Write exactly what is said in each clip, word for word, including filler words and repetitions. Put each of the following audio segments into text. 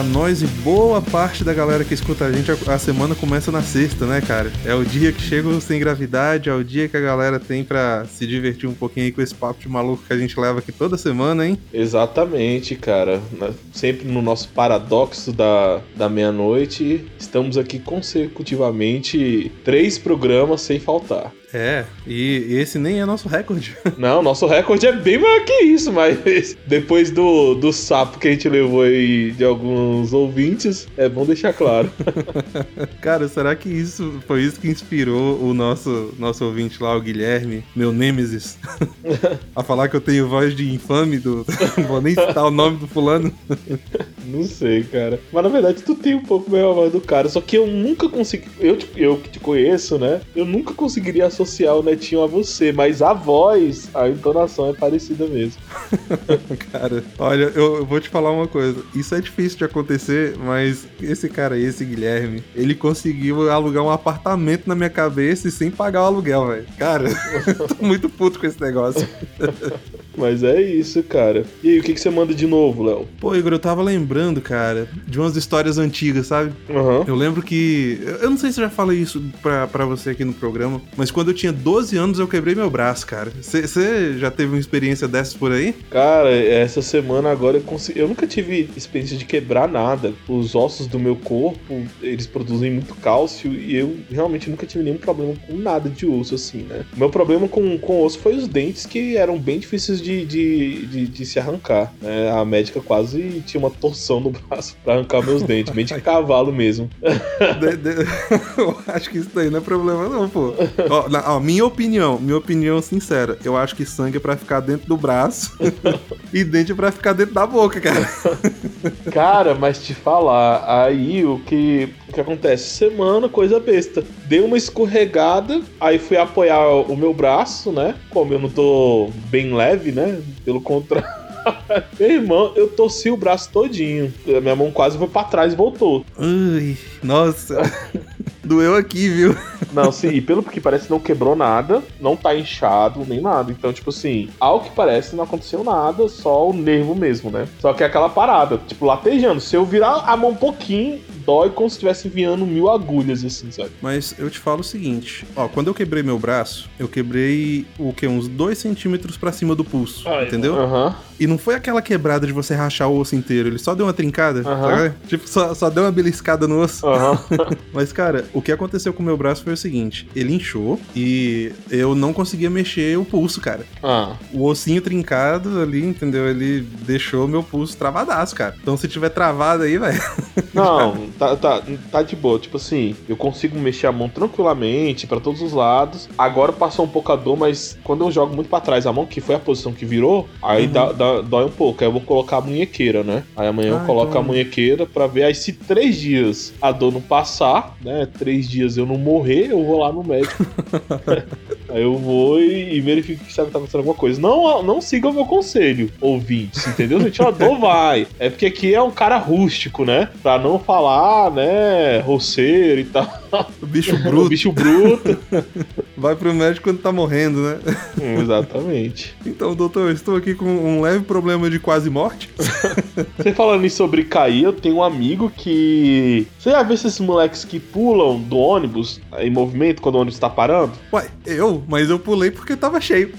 pra nós e boa parte da galera que escuta a gente, a, a semana começa na sexta, né, cara? É o dia que chega o Sem Gravidade, é o dia que a galera tem pra se divertir um pouquinho aí com esse papo de maluco que a gente leva aqui toda semana, hein? Exatamente, cara. Sempre no nosso paradoxo da, da meia-noite, estamos aqui consecutivamente três programas sem faltar. É, e esse nem é nosso recorde. Não, nosso recorde é bem maior que isso, mas depois do, do sapo que a gente levou aí de alguns ouvintes, é bom deixar claro. Cara, será que isso foi isso que inspirou o nosso, nosso ouvinte lá, o Guilherme, meu nêmesis, a falar que eu tenho voz de infame do... Não vou nem citar o nome do fulano. Não sei, cara. Mas na verdade tu tem um pouco melhor a voz do cara, só que eu nunca consegui... Eu, eu que te conheço, né? Eu nunca conseguiria associar o Netinho a você, mas a voz, a entonação é parecida mesmo. Cara, olha, eu, eu vou te falar uma coisa. Isso é difícil de acontecer, mas esse cara aí, esse Guilherme, ele conseguiu alugar um apartamento na minha cabeça e sem pagar o aluguel, velho. Cara, eu tô muito puto com esse negócio. Mas é isso, cara. E aí, o que, que você manda de novo, Léo? Pô, Igor, eu tava lembrando, cara, de umas histórias antigas, sabe? Uhum. Eu lembro que... Eu não sei se eu já falei isso pra, pra você aqui no programa, mas quando eu tinha doze anos eu quebrei meu braço, cara. Você já teve uma experiência dessas por aí? Cara, essa semana agora eu consegui... Eu nunca tive experiência de quebrar nada. Os ossos do meu corpo, eles produzem muito cálcio e eu realmente nunca tive nenhum problema com nada de osso, assim, né? O meu problema com, com osso foi os dentes, que eram bem difíceis de, de, de, de se arrancar, né? A médica quase tinha uma torção no braço pra arrancar meus dentes, bem de cavalo mesmo. De, de... Eu acho que isso daí não é problema não, pô. Ó, na, ó, minha opinião, minha opinião sincera, eu acho que sangue é pra ficar dentro do braço e dente é pra ficar dentro da boca, cara. Cara, mas te falar, aí o que, o que acontece? Semana, coisa besta. Dei uma escorregada, aí fui apoiar o meu braço, né? Como eu não tô bem leve, né? Pelo contrário. Meu irmão, eu torci o braço todinho. Minha mão quase foi pra trás e voltou. Ui, nossa. Doeu aqui, viu? Não, sim, e pelo que parece não quebrou nada, não tá inchado, nem nada. Então, tipo assim, ao que parece não aconteceu nada, só o nervo mesmo, né? Só que é aquela parada, tipo, latejando. Se eu virar a mão um pouquinho, dói como se estivesse enviando mil agulhas, assim, sabe? Mas eu te falo o seguinte, ó, quando eu quebrei meu braço, eu quebrei, o quê? Uns dois centímetros pra cima do pulso, Ai, entendeu? Aham. Uhum. E não foi aquela quebrada de você rachar o osso inteiro, ele só deu uma trincada, Uhum. sabe? Tipo, só, só deu uma beliscada no osso. Uhum. Mas, cara, o que aconteceu com o meu braço foi o seguinte, ele inchou e eu não conseguia mexer o pulso, cara. Ah. O ossinho trincado ali, entendeu? Ele deixou meu pulso travadaço, cara. Então se tiver travado aí, velho... Não, tá, tá, tá de boa. Tipo assim, eu consigo mexer a mão tranquilamente pra todos os lados. Agora passou um pouco a dor, mas quando eu jogo muito pra trás a mão, que foi a posição que virou, aí uhum. dá, dá, dói um pouco. Aí eu vou colocar a munhequeira, né? Aí amanhã ah, eu coloco então... a munhequeira pra ver. Aí se três dias a dor não passar, né? Três dias eu não morrer, eu vou lá no médico. Aí eu vou e, e verifico que sabe que tá acontecendo alguma coisa. Não, não siga o meu conselho, ouvintes, entendeu? Gente, a dor vai. É porque aqui é um cara rústico, né? Pra não falar, né, roceiro e tal. O bicho bruto. O bicho bruto. Vai pro médico quando tá morrendo, né? Hum, exatamente. Então, doutor, eu estou aqui com um leve problema de quase morte. Você falando isso sobre cair, eu tenho um amigo que... Você já viu esses moleques que pulam do ônibus em movimento quando o ônibus tá parando? Ué, eu? Mas eu pulei porque tava cheio.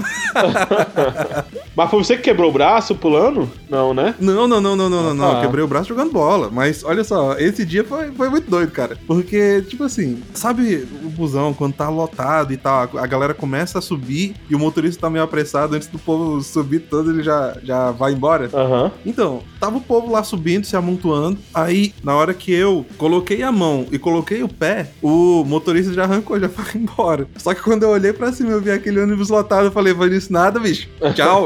Mas foi você que quebrou o braço pulando? Não, né? Não, não, não, não, não, não, não. Ah. Eu quebrei o braço jogando bola. Mas olha só, esse dia foi, foi muito doido, cara. Porque, tipo assim, sabe o busão, quando tá lotado e tal, a galera começa a subir e o motorista tá meio apressado, antes do povo subir todo, ele já, já vai embora? Aham. Uhum. Então, tava o povo lá subindo, se amontoando. Aí, na hora que eu coloquei a mão e coloquei o pé, o motorista já arrancou, já foi embora. Só que quando eu olhei pra cima e eu vi aquele ônibus lotado, eu falei, vai nisso nada, bicho. Tchau.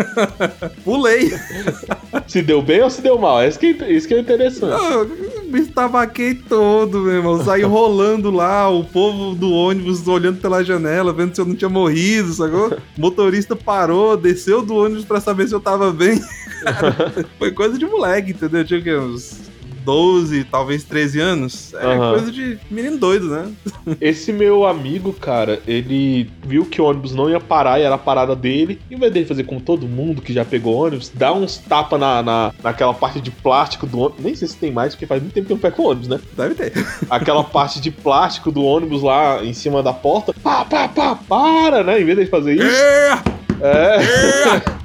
Pulei. Se deu bem ou se deu mal? Isso que, isso que é interessante. Eu me estabaquei todo, meu irmão. Saí rolando lá, o povo do ônibus olhando pela janela, vendo se eu não tinha morrido, sacou? O motorista parou, desceu do ônibus pra saber se eu tava bem. Cara, foi coisa de moleque, entendeu? Tinha o quê? Uns doze, talvez treze anos. É Uhum. coisa de menino doido, né? Esse meu amigo, cara, ele viu que o ônibus não ia parar e era a parada dele. Em vez dele fazer como todo mundo que já pegou ônibus, dá uns tapas na, na, naquela parte de plástico do ônibus. Nem sei se tem mais, porque faz muito tempo que eu não pego ônibus, né? Deve ter. Aquela parte de plástico do ônibus lá em cima da porta. Pá, pá, pá, para, né? Em vez dele fazer isso. É! É.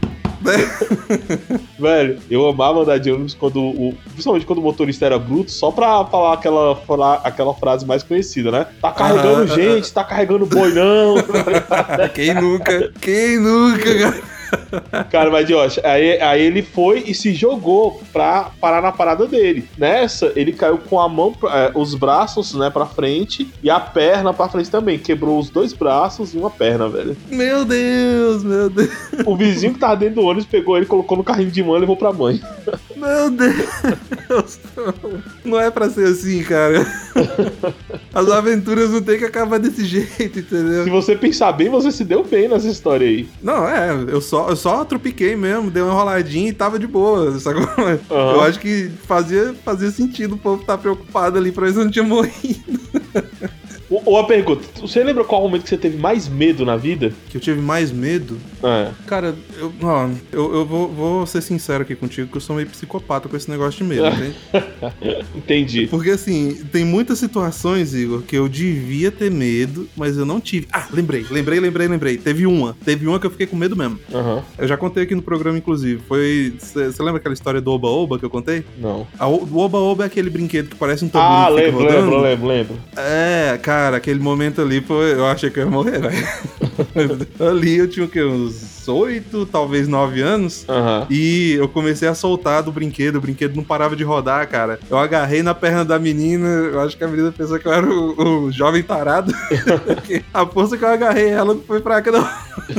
Velho, eu amava andar de ônibus quando o. Principalmente quando o motorista era bruto, só pra falar aquela, falar aquela frase mais conhecida, né? Tá carregando Ah, gente, tá carregando boi, não. Quem nunca? Quem nunca, cara? Cara, mas Josh, aí, aí ele foi e se jogou pra parar na parada dele. Nessa, ele caiu com a mão, é, os braços, né, pra frente e a perna pra frente também. Quebrou os dois braços e uma perna, velho. Meu Deus, meu Deus. O vizinho que tava dentro do ônibus pegou ele, colocou no carrinho de mão e levou pra mãe. Meu Deus. Não é pra ser assim, cara. As aventuras não tem que acabar desse jeito, entendeu? Se você pensar bem, você se deu bem nessa história aí. Não, é, eu só, eu só tropiquei mesmo, dei uma enroladinha e tava de boa, sacou? Uhum. Eu acho que fazia, fazia sentido o povo estar preocupado ali pra eles não tinham morrido. Ou a pergunta, você lembra qual momento que você teve mais medo na vida? Que eu tive mais medo? É. Cara, eu, ó, eu, eu vou, vou ser sincero aqui contigo, que eu sou meio psicopata com esse negócio de medo, entende? Entendi. Porque assim, tem muitas situações, Igor, que eu devia ter medo, mas eu não tive. Ah, lembrei, lembrei, lembrei, lembrei. Teve uma. Teve uma que eu fiquei com medo mesmo. Uhum. Eu já contei aqui no programa, inclusive. Foi. Você lembra aquela história do Oba-Oba que eu contei? Não. A, o Oba-Oba é aquele brinquedo que parece um tamborim. Ah, que fica lembro, rodando. lembro, lembro, lembro. É, cara, aquele momento ali, foi, eu achei que eu ia morrer, velho. Ali eu tinha o quê? Uns oito, talvez nove anos. Uhum. E eu comecei a soltar do brinquedo. O brinquedo não parava de rodar, cara. Eu agarrei na perna da menina. Eu acho que a menina pensou que eu era o, o jovem tarado. A força que eu agarrei ela não foi fraca, não.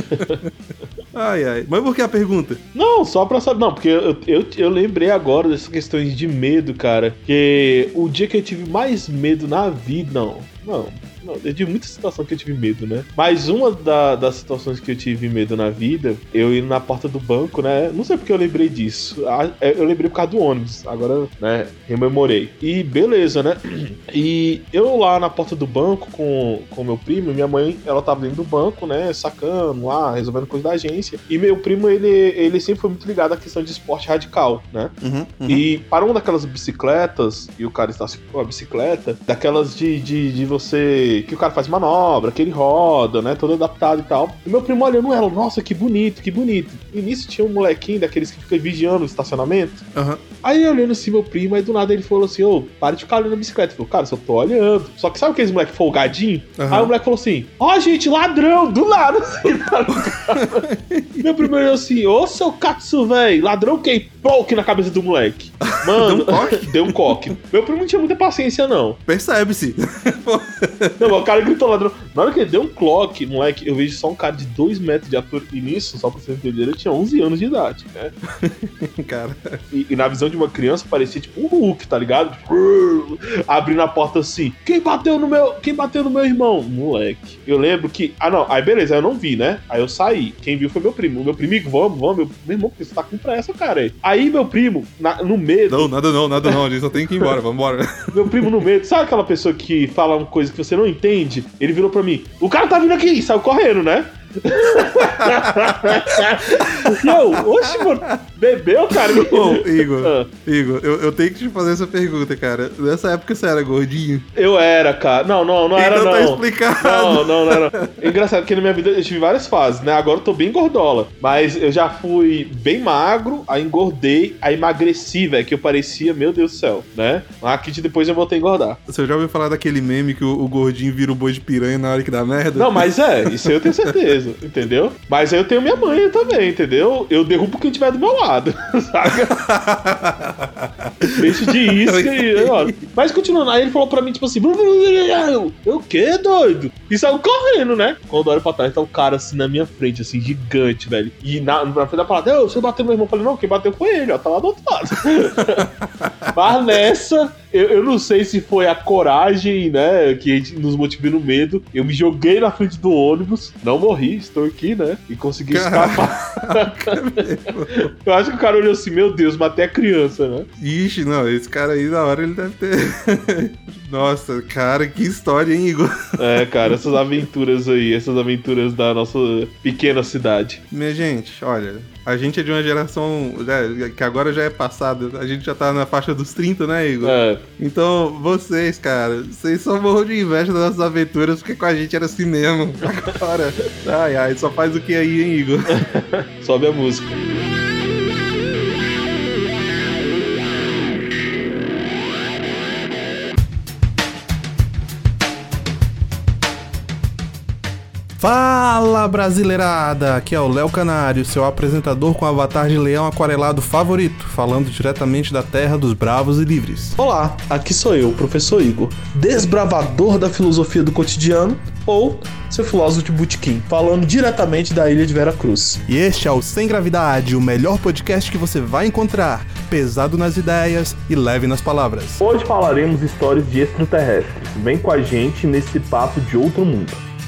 Ai, ai. Mas por que a pergunta? Não, só pra saber. Não, porque eu, eu, eu lembrei agora dessas questões de medo, cara. Que o dia que eu tive mais medo na vida. Não, não. Não, eu tive muita situação que eu tive medo, né? Mas uma da, das situações que eu tive medo na vida, eu indo na porta do banco, né? Não sei porque eu lembrei disso. Eu lembrei por causa do ônibus. Agora, né, rememorei. E beleza, né? E eu lá na porta do banco com o meu primo, minha mãe, ela tava dentro do banco, né? Sacando lá, resolvendo coisa da agência. E meu primo, ele, ele sempre foi muito ligado à questão de esporte radical, né? Uhum, uhum. E para uma daquelas bicicletas, e o cara está com a bicicleta, daquelas de, de, de você... que o cara faz manobra, que ele roda, né, todo adaptado e tal. E meu primo olhando ela, nossa, que bonito, que bonito. E nisso tinha um molequinho daqueles que fica vigiando o estacionamento. Uhum. Aí olhando assim meu primo, aí do nada ele falou assim, ô, para de ficar olhando a bicicleta. Eu falei, cara, só tô olhando. Só que sabe aqueles moleque folgadinho? Uhum. Aí o moleque falou assim, ó, oh, gente, ladrão, do nada. Assim, meu primo olhou assim, ô, seu Katsu, velho, ladrão que poke na cabeça do moleque. Mano, deu um coque? Deu um coque. Meu primo não tinha muita paciência, não. Percebe-se. Não, o cara gritou ladrão. Na hora que ele deu um clock, moleque, eu vejo só um cara de dois metros de altura. E nisso, só pra você entender, ele tinha onze anos de idade, né? Cara. E, e na visão de uma criança, parecia tipo um Hulk, tá ligado? Tipo, abrindo a porta assim. Quem bateu no meu. Quem bateu no meu irmão? Moleque. Eu lembro que. Ah, não. Aí beleza, aí eu não vi, né? Aí eu saí. Quem viu foi meu primo. Meu primo, vamos, vamos. Meu, meu irmão, porque você tá com pressa, cara. Aí, aí meu primo, na, no medo. Não, nada não, nada não. A gente só tem que ir embora, vambora. Meu primo no medo. Sabe aquela pessoa que fala uma coisa que você não entende? Ele virou pra mim, o cara tá vindo aqui, e saiu correndo, né? Eu, oxe, mano, bebeu, cara? Ô, Igor, ah. Igor, eu, eu tenho que te fazer essa pergunta, cara. Nessa época você era gordinho? Eu era, cara. Não, não, não era, então não. Tá explicado. Não, não, não era. É engraçado, porque na minha vida eu tive várias fases, né? Agora eu tô bem gordola. Mas eu já fui bem magro, aí engordei, aí emagreci, velho, que eu parecia, meu Deus do céu, né? Aqui depois eu voltei a engordar. Você já ouviu falar daquele meme que o, o gordinho vira o boi de piranha na hora que dá merda? Não, mas é, isso eu tenho certeza. Entendeu? Mas aí eu tenho minha mãe também, entendeu? Eu derrubo quem tiver do meu lado, saca? Deixa de isca e... Ó. Mas continuando, aí ele falou pra mim, tipo assim... Eu, eu o quê, doido? E saiu correndo, né? Quando eu olho pra trás, tá o cara assim na minha frente, assim, gigante, velho. E na, na frente da parada, você bateu no meu irmão. Eu falei, não, quem bateu foi ele, ó, tá lá do outro lado. Mas nessa... eu, eu não sei se foi a coragem, né, que a gente nos motivou no medo. Eu me joguei na frente do ônibus, não morri, estou aqui, né, e consegui escapar. Eu acho que o cara olhou assim, meu Deus, matei a criança, né? Ixi, não, esse cara aí na hora ele deve ter... Nossa, cara, que história, hein, Igor? É, cara, essas aventuras aí, essas aventuras da nossa pequena cidade. Minha gente, olha, a gente é de uma geração, né, que agora já é passada, a gente já tá na faixa dos trinta, né, Igor? É. Então, vocês, cara, vocês só morram de inveja das nossas aventuras, porque com a gente era assim mesmo. Agora, ai, ai, só faz o que aí, hein, Igor? Sobe a música. Fala, brasileirada! Aqui é o Léo Canário, seu apresentador com avatar de leão aquarelado favorito, falando diretamente da terra dos bravos e livres. Olá, aqui sou eu, o professor Igor, desbravador da filosofia do cotidiano, ou seu filósofo de botequim, falando diretamente da ilha de Veracruz. E este é o Sem Gravidade, o melhor podcast que você vai encontrar, pesado nas ideias e leve nas palavras. Hoje falaremos histórias de extraterrestres. Vem com a gente nesse papo de outro mundo.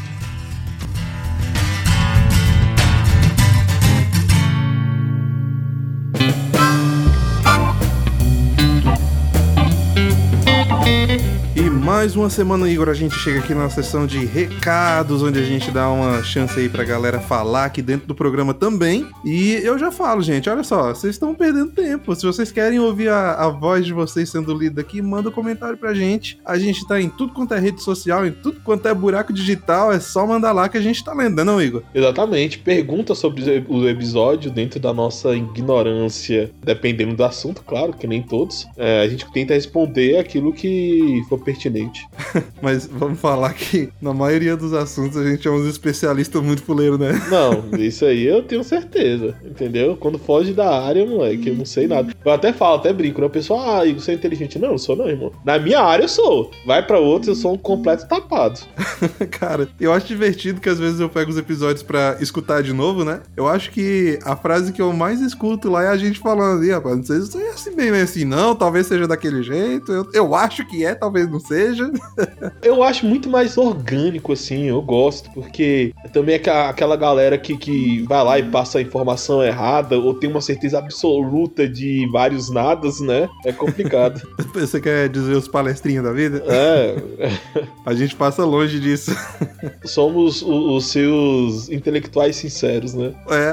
Mais uma semana, Igor, a gente chega aqui na sessão de recados, onde a gente dá uma chance aí pra galera falar aqui dentro do programa também. E eu já falo, gente, olha só, vocês estão perdendo tempo. Se vocês querem ouvir a, a voz de vocês sendo lida aqui, manda um comentário pra gente. A gente tá em tudo quanto é rede social, em tudo quanto é buraco digital, é só mandar lá que a gente tá lendo, não, Igor? Exatamente. Pergunta sobre o episódio dentro da nossa ignorância, dependendo do assunto, claro, que nem todos. É, a gente tenta responder aquilo que for pertinente. Mas vamos falar que na maioria dos assuntos a gente é uns especialistas muito fuleiro, né? Não, isso aí eu tenho certeza, entendeu? Quando foge da área, moleque, eu não sei nada. Eu até falo, até brinco, né? O pessoal, ah, Igor, você é inteligente. Não, eu sou não, irmão. Na minha área eu sou. Vai pra outros, eu sou um completo tapado. Cara, eu acho divertido que às vezes eu pego os episódios pra escutar de novo, né? Eu acho que a frase que eu mais escuto lá é a gente falando ali, rapaz, não sei se é assim bem assim, não, talvez seja daquele jeito, eu, eu acho que é, talvez não seja. Eu acho muito mais orgânico, assim, eu gosto, porque também é aquela galera que, que vai lá e passa a informação errada, ou tem uma certeza absoluta de vários nadas, né? É complicado. Você quer dizer os palestrinhos da vida? É. A gente passa longe disso. Somos os, os seus intelectuais sinceros, né?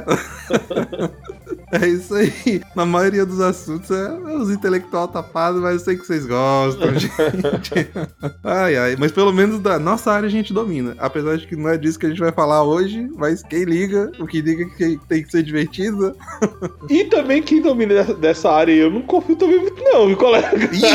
É. É isso aí. Na maioria dos assuntos é os intelectual tapados, mas eu sei que vocês gostam, gente. Ai, ai. Mas pelo menos da nossa área a gente domina. Apesar de que não é disso que a gente vai falar hoje, mas quem liga, o que liga que tem que ser divertido. E também quem domina dessa área, eu não confio também muito não, viu, colega?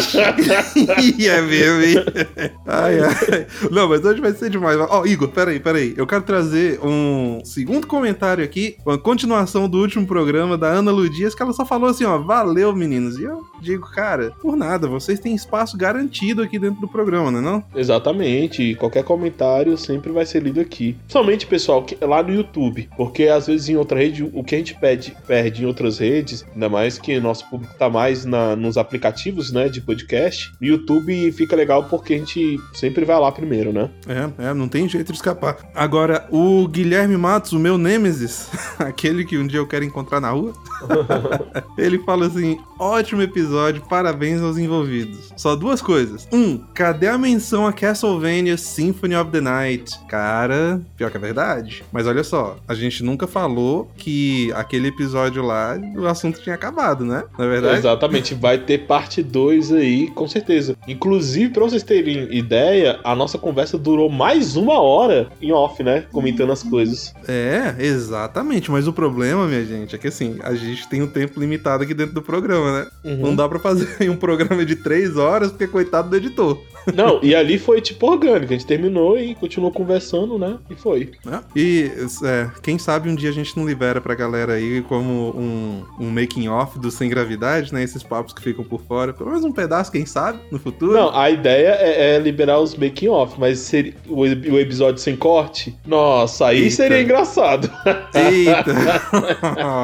Ixi! É mesmo, hein? Ai, ai. Não, mas hoje vai ser demais. Ó, oh, Igor, peraí, peraí. Eu quero trazer um segundo comentário aqui, uma continuação do último programa da Ana Ludias, que ela só falou assim, ó, valeu, meninos. E eu digo, cara, por nada, vocês têm espaço garantido aqui dentro do programa, não é não? Exatamente. Qualquer comentário sempre vai ser lido aqui. Somente, pessoal, lá no YouTube, porque às vezes em outra rede, o que a gente pede, perde em outras redes, ainda mais que o nosso público tá mais na, nos aplicativos, né, de podcast, no YouTube fica legal porque a gente sempre vai lá primeiro, né? É, é, não tem jeito de escapar. Agora, o Guilherme Matos, o meu nêmesis, aquele que um dia eu quero encontrar na rua, ele fala assim, ótimo episódio, parabéns aos envolvidos. Só duas coisas. Um, cadê a menção a Castlevania Symphony of the Night? Cara, pior que é verdade. Mas olha só, a gente nunca falou que aquele episódio lá, o assunto tinha acabado, né? Não é verdade? Exatamente, vai ter parte dois aí, com certeza. Inclusive, pra vocês terem ideia, a nossa conversa durou mais uma hora em off, né? Comentando as coisas. É, exatamente. Mas o problema, minha gente, é que assim, a gente tem um tempo limitado aqui dentro do programa, né? Uhum. Não dá pra fazer um programa de três horas, porque coitado do editor. Não, e ali foi tipo orgânico, a gente terminou e continuou conversando, né? E foi. É. E é, quem sabe um dia a gente não libera pra galera aí como um, um making off do Sem Gravidade, né? Esses papos que ficam por fora. Pelo menos um pedaço, quem sabe, no futuro. Não, a ideia é, é liberar os making off, mas seria, o, o episódio sem corte, nossa, aí Eita. Seria engraçado. Eita! Oh, rapaz.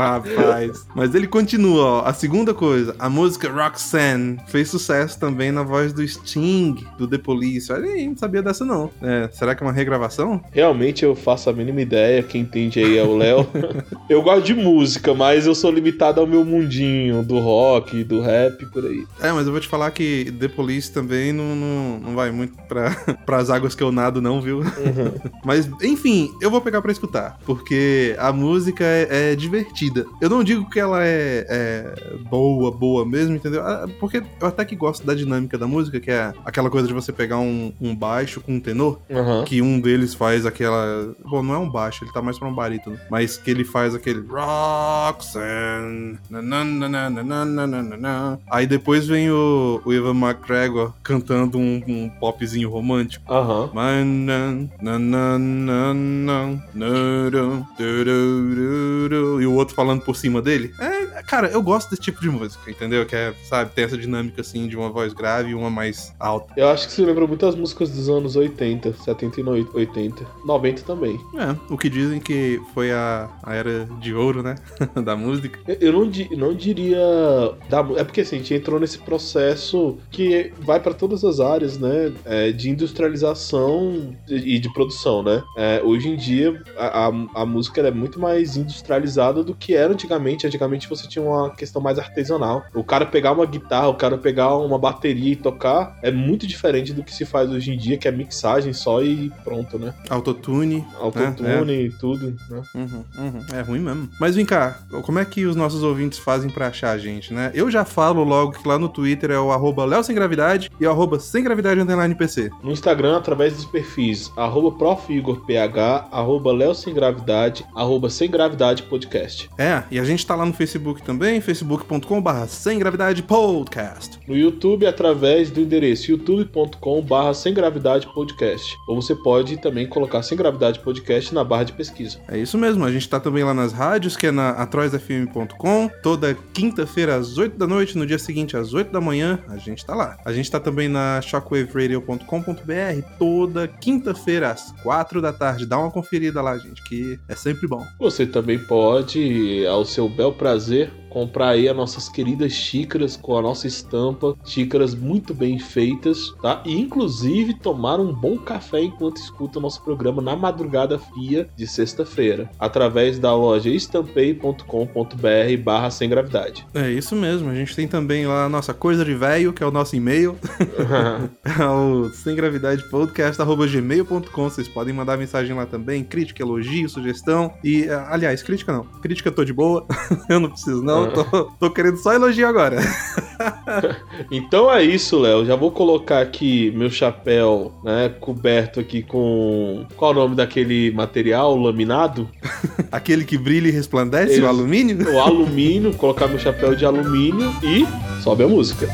demais. Mas ele continua, ó. A segunda coisa, a música Roxanne fez sucesso também na voz do Sting, do The Police. Olha aí, não sabia dessa não. É, será que é uma regravação? Realmente eu faço a mínima ideia, quem entende aí é o Léo. Eu gosto de música, mas eu sou limitado ao meu mundinho do rock, do rap, por aí. É, mas eu vou te falar que The Police também não, não, não vai muito pra, pras águas que eu nado não, viu? Uhum. Mas, enfim, eu vou pegar pra escutar, porque a música é, é divertida. Eu não digo que ela é, é boa, boa mesmo, entendeu? Porque eu até que gosto da dinâmica da música, que é aquela coisa de você pegar um, um baixo com um tenor, uhum. que um deles faz aquela... Bom, não é um baixo, ele tá mais pra um barítono, mas que ele faz aquele Roxanne, nananana. Aí depois vem o, o Ewan McGregor cantando um, um popzinho romântico. Aham. Uhum. E o outro falando por cima dele. É, cara, eu gosto desse tipo de música, entendeu? Que é, sabe, tem essa dinâmica assim de uma voz grave e uma mais alta. Eu acho que se lembra muitas músicas dos anos oitenta, setenta e oitenta, noventa também. É, o que dizem que foi a, a era de ouro, né? Da música. Eu não, não diria... Da, é porque assim, a gente entrou nesse processo que vai pra todas as áreas, né? É, de industrialização e de produção, né? É, hoje em dia, a, a, a música é muito mais industrializada do que era antigamente. Antigamente você tinha uma questão mais artesanal. O cara pegar uma guitarra, o cara pegar uma bateria e tocar é muito diferente do que se faz hoje em dia, que é mixagem só e pronto, né? Autotune. Autotune é, é. e tudo, né? Uhum, uhum. É ruim mesmo. Mas vem cá, como é que os nossos ouvintes fazem pra achar a gente, né? Eu já falo logo que lá no Twitter é o arroba Léo Sem Gravidade e o arroba Sem Gravidade underline P C. No Instagram, através dos perfis arroba Prof Igor P H, arroba Léo Sem Gravidade, arroba Sem Gravidade Podcast. É, e a gente tá lá no Facebook também, facebook ponto com barra Sem Gravidade Podcast. No YouTube, através do endereço youtube ponto com barra Sem Gravidade Podcast. Ou você pode também colocar Sem Gravidade Podcast na barra de pesquisa. É isso mesmo, a gente tá também lá nas rádios, que é na atroz f m ponto com, toda quinta-feira às oito da noite, no dia seguinte às oito da manhã, a gente tá lá. A gente tá também na shockwave radio ponto com ponto b r, toda quinta-feira às quatro da tarde. Dá uma conferida lá, gente, que é sempre bom. Você também pode, ao seu bel prazer, comprar aí as nossas queridas xícaras com a nossa estampa, xícaras muito bem feitas, tá? E inclusive tomar um bom café enquanto escuta o nosso programa na madrugada fria de sexta-feira, através da loja estampei ponto com ponto b r barra sem gravidade. É isso mesmo, a gente tem também lá a nossa coisa de velho, que é o nosso e-mail, é o sem gravidade podcast arroba gmail ponto com. Vocês podem mandar mensagem lá também, crítica, elogio, sugestão e, aliás, crítica não, crítica eu tô de boa, eu não preciso não. Tô, tô querendo só elogio agora. Então é isso, Léo. Já vou colocar aqui meu chapéu, né, coberto aqui com... Qual é o nome daquele material laminado? Aquele que brilha e resplandece, Eles... o alumínio? O alumínio, colocar meu chapéu de alumínio e sobe a música.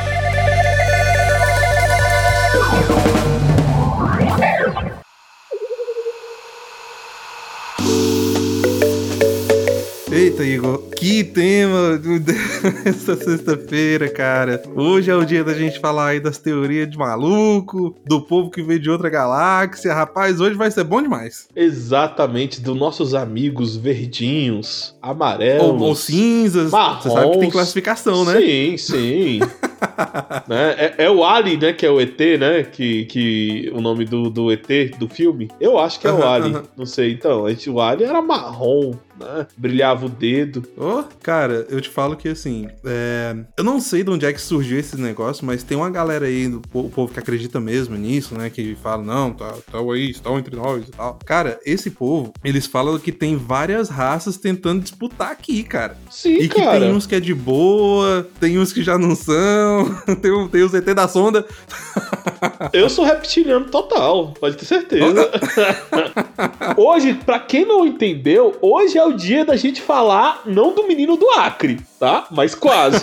Eita, Igor, que tema essa sexta-feira, cara. Hoje é o dia da gente falar aí das teorias de maluco, do povo que veio de outra galáxia. Rapaz, hoje vai ser bom demais. Exatamente, dos nossos amigos verdinhos, amarelos... Ou, ou cinzas. Marrons. Você sabe que tem classificação, né? Sim, sim. né? é, é o Ali, né, que é o E T, né, que, que o nome do, do E T do filme. Eu acho que é uhum, o Ali, uhum. Não sei, então, a gente, o Ali era marrom, né, brilhava o dedo. Oh, cara, eu te falo que assim, é... eu não sei de onde é que surgiu esse negócio, mas tem uma galera aí, do o povo que acredita mesmo nisso, né, que fala, não, tá, tá aí, estão entre nós e tal. Cara, esse povo, eles falam que tem várias raças tentando disputar aqui, cara. Sim, e cara. E que tem uns que é de boa, tem uns que já não são, tem, tem os E T da sonda. Eu sou reptiliano total, pode ter certeza. Hoje, pra quem não entendeu, hoje é o dia da gente falar não do menino do Acre, tá? Mas quase.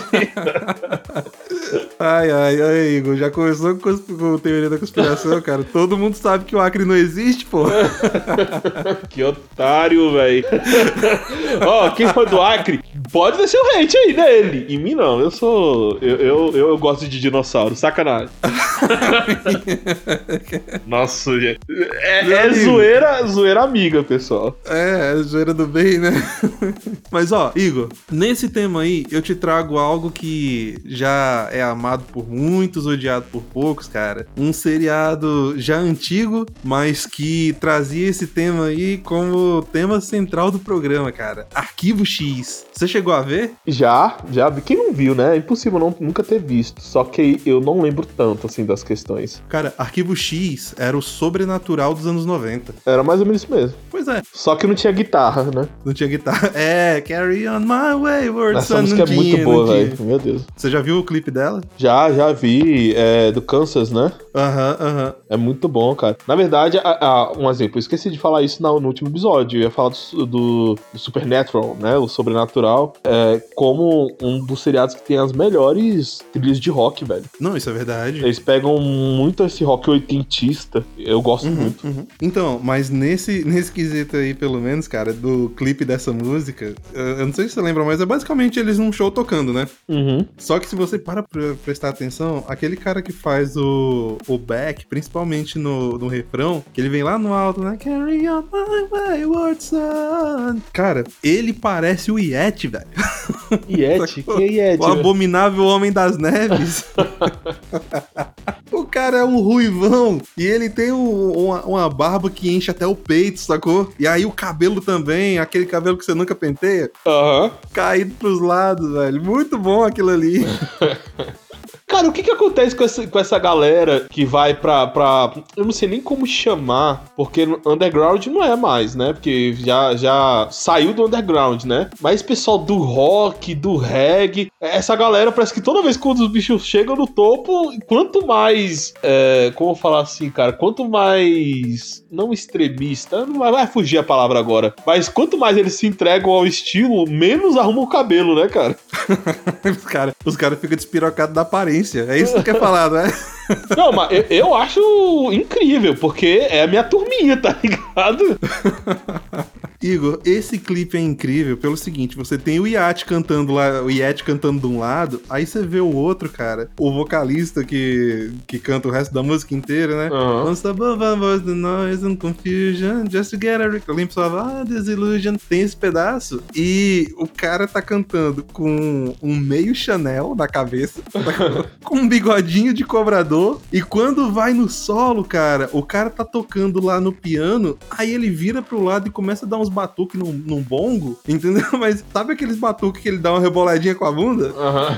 Ai, ai, ai, Igor, já começou com a teoria da conspiração, cara. Todo mundo sabe que o Acre não existe, pô. Que otário, velho. Ó, quem foi do Acre, Pode descer o hate aí dele. Em mim não, eu sou... Eu, eu, eu, eu gosto de dinossauro, sacanagem. Nossa, gente. É, é zoeira, zoeira amiga, pessoal. É, é zoeira do bem, né? Mas ó, Igor, nesse tema aí, eu te trago algo que já é amado por muitos, odiado por poucos, cara. Um seriado já antigo, mas que trazia esse tema aí como tema central do programa, cara. Arquivo X. Você chegou a ver? Já, já vi. Quem não viu, né? É impossível não, nunca ter visto. Só que eu não lembro tanto, assim, das questões. Cara, Arquivo X era o sobrenatural dos anos noventa. Era mais ou menos isso mesmo. Pois é. Só que não tinha guitarra, né? Não tinha guitarra. É, Carry On My Wayward Son. Essa música é muito boa, velho. Meu Deus. Você já viu o clipe dela? Já, já vi. É do Kansas, né? Aham, uh aham. -huh, uh -huh. É muito bom, cara. Na verdade, a, a, um exemplo, eu esqueci de falar isso no, no último episódio. Eu ia falar do, do, do Supernatural, né? O Sobrenatural, é, como um dos seriados que tem as melhores trilhas de rock, velho. Não, isso é verdade. Eles pegam muito esse rock oitentista. Eu gosto uhum, muito. Uhum. Então, mas nesse, nesse quesito aí, pelo menos, cara, do clipe dessa música, eu não sei se você lembra, mas é basicamente eles num show tocando, né? Uhum. Só que se você para pra prestar atenção, aquele cara que faz o, o back, principalmente no, no refrão, que ele vem lá no alto, né? Carry on my wayward son. Cara, ele parece o Yeti, velho. Yeti? Que Yeti? O abominável Homem das Neves. O cara é um ruivão e ele tem um, uma, uma barba que enche até o peito, sacou? E aí o cabelo também, aquele cabelo que você nunca penteia, uhum. caído pros lados, velho. Muito bom aquilo ali. Cara, o que que acontece com essa, com essa galera que vai pra, pra... Eu não sei nem como chamar, porque underground não é mais, né? Porque já, já saiu do underground, né? Mas pessoal do rock, do reggae, essa galera parece que toda vez que os bichos chegam no topo, quanto mais... É, como eu falar assim, cara? Quanto mais... Não extremista, não vai, vai fugir a palavra agora. Mas quanto mais eles se entregam ao estilo, menos arrumam o cabelo, né, cara? os caras os cara ficam despirocados da aparência. É isso que você quer falar, né? Não, mas eu, eu acho incrível, porque é a minha turminha, tá ligado? Igor, esse clipe é incrível pelo seguinte, você tem o Yeti cantando lá, o Yeti cantando de um lado, aí você vê o outro, cara, o vocalista que, que canta o resto da música inteira, né? Uhum. Once above us the noise and confusion, just to get a glimpse of a disillusion. Tem esse pedaço e o cara tá cantando com um meio Chanel na cabeça, com um bigodinho de cobrador, e quando vai no solo, cara, o cara tá tocando lá no piano, aí ele vira pro lado e começa a dar uns batuques num, num bongo, entendeu? Mas sabe aqueles batuques que ele dá uma reboladinha com a bunda?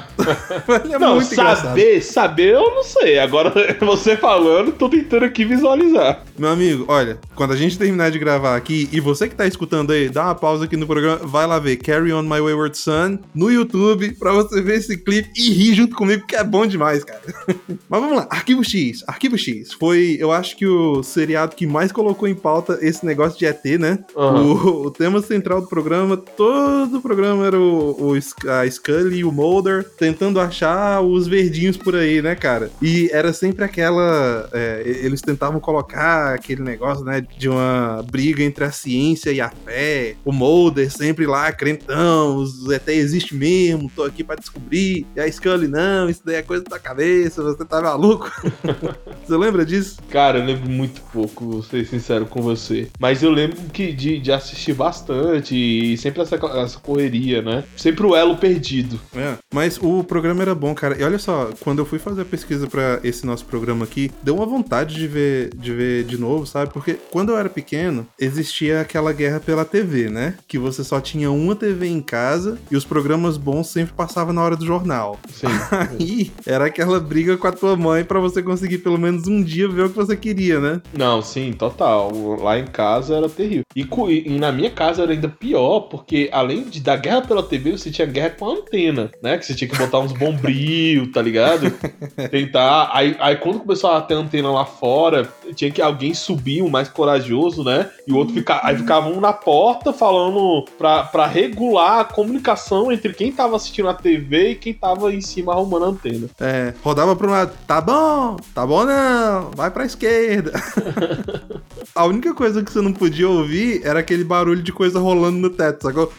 Uhum. É não, muito saber, engraçado. saber eu não sei. Agora, você falando, tô tentando aqui visualizar. Meu amigo, olha, quando a gente terminar de gravar aqui, e você que tá escutando aí, dá uma pausa aqui no programa, vai lá ver Carry On My Wayward Son no YouTube, pra você ver esse clipe e rir junto comigo, que é bom demais, cara. Mas vamos lá, Arquivo X. Arquivo X foi, eu acho que o seriado que mais colocou em pauta esse negócio de E T, né? Uhum. O, o tema central do programa, todo o programa era o, o a Scully e o Mulder tentando achar os verdinhos por aí, né, cara? E era sempre aquela... É, eles tentavam colocar aquele negócio, né, de uma briga entre a ciência e a fé. O Mulder sempre lá, crentão, os E T existem mesmo, tô aqui pra descobrir. E a Scully, não, isso daí é coisa da cabeça, você tá maluco? Você lembra disso? Cara, eu lembro muito pouco, vou ser sincero com você. Mas eu lembro que de, de assistir bastante e sempre essa, essa correria, né? Sempre o elo perdido. É, mas o programa era bom, cara. E olha só, quando eu fui fazer a pesquisa pra esse nosso programa aqui, deu uma vontade de ver, de ver de novo, sabe? Porque quando eu era pequeno, existia aquela guerra pela T V, né? Que você só tinha uma T V em casa e os programas bons sempre passavam na hora do jornal. Sim. Aí era aquela briga com a tua mãe pra você conseguir pelo menos um dia ver o que você queria, né? Não, sim, total. Lá em casa era terrível. E, e na minha casa era ainda pior, porque além de da guerra pela T V, você tinha guerra com a antena, né? Que você tinha que botar uns bombril, tá ligado? Tentar. Aí, aí quando começou a ter antena lá fora, tinha que alguém subir, o mais corajoso, né? E o outro ficava. Aí ficava um na porta falando pra, pra regular a comunicação entre quem tava assistindo a T V e quem tava em cima arrumando a antena. É, rodava pra um lado, tá bom, tá bom não, vai pra esquerda. A única coisa que você não podia ouvir era aquele barulho de coisa rolando no teto, sacou?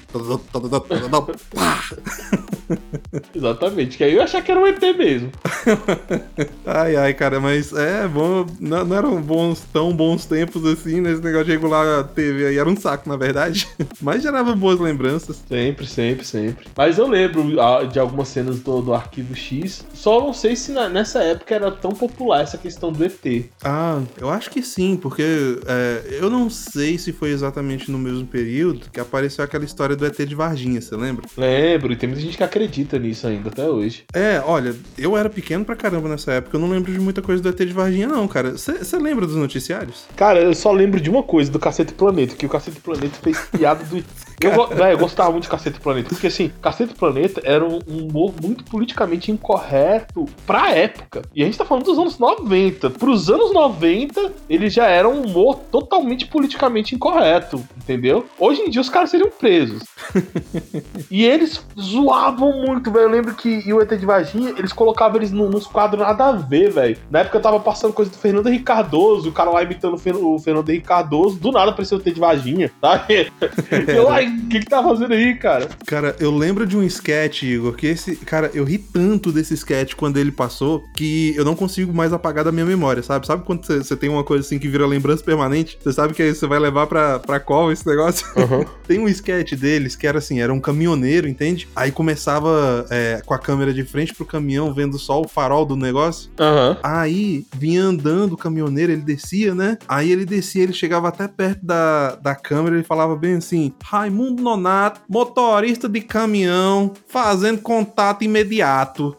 Exatamente, que aí eu ia achar que era um E T mesmo. Ai, ai, cara, mas é bom. Não, não eram bons, tão bons tempos assim, né? Esse negócio de regular a T V aí era um saco, na verdade. Mas gerava boas lembranças. Sempre, sempre, sempre. Mas eu lembro de algumas cenas do, do Arquivo X. Só não sei se na, nessa época era tão popular essa questão do E T. Ah, eu acho que sim, porque é, eu não sei se foi exatamente no mesmo período que apareceu aquela história do E T de Varginha, você lembra? Lembro, e tem muita gente que acredita nisso ainda até hoje. É, olha, eu era pequeno pra caramba nessa época, eu não lembro de muita coisa do E T de Varginha não, cara. Você lembra dos noticiários? Cara, eu só lembro de uma coisa, do Cacete Planeta, que o Cacete Planeta fez piada do... Eu, véio, eu gostava muito de Cacete Planeta, porque assim, Cacete Planeta era um humor muito politicamente incorreto pra época. E a gente tá falando dos anos noventa. Pros anos noventa, ele já era um humor totalmente politicamente incorreto, entendeu? Hoje em dia os caras seriam presos. E eles zoavam muito, velho. Eu lembro que e o E T de Varginha, eles colocavam eles no, nos quadros nada a ver, velho. Na época eu tava passando coisa do Fernando Henrique Cardoso, o cara lá imitando o, Fer, o Fernando Henrique Cardoso, do nada apareceu o E T de Varginha, sabe? Eu, ai, o que que tá fazendo aí, cara? Cara, eu lembro de um sketch, Igor, que esse... Cara, eu ri tanto desse sketch quando ele passou que eu não consigo mais apagar da minha memória, sabe? Sabe quando você tem uma coisa assim que vira lembrança permanente? Você sabe que aí você vai levar pra, pra qual esse negócio? Uhum. Tem um sketch deles que era assim, era um caminhoneiro, entende? Aí começava é, com a câmera de frente pro caminhão, vendo só o farol do negócio. Uhum. Aí vinha andando o caminhoneiro, ele descia, né? Aí ele descia, ele chegava até perto da, da câmera, ele falava bem assim: Raimundo Nonato, motorista de caminhão, fazendo contato imediato.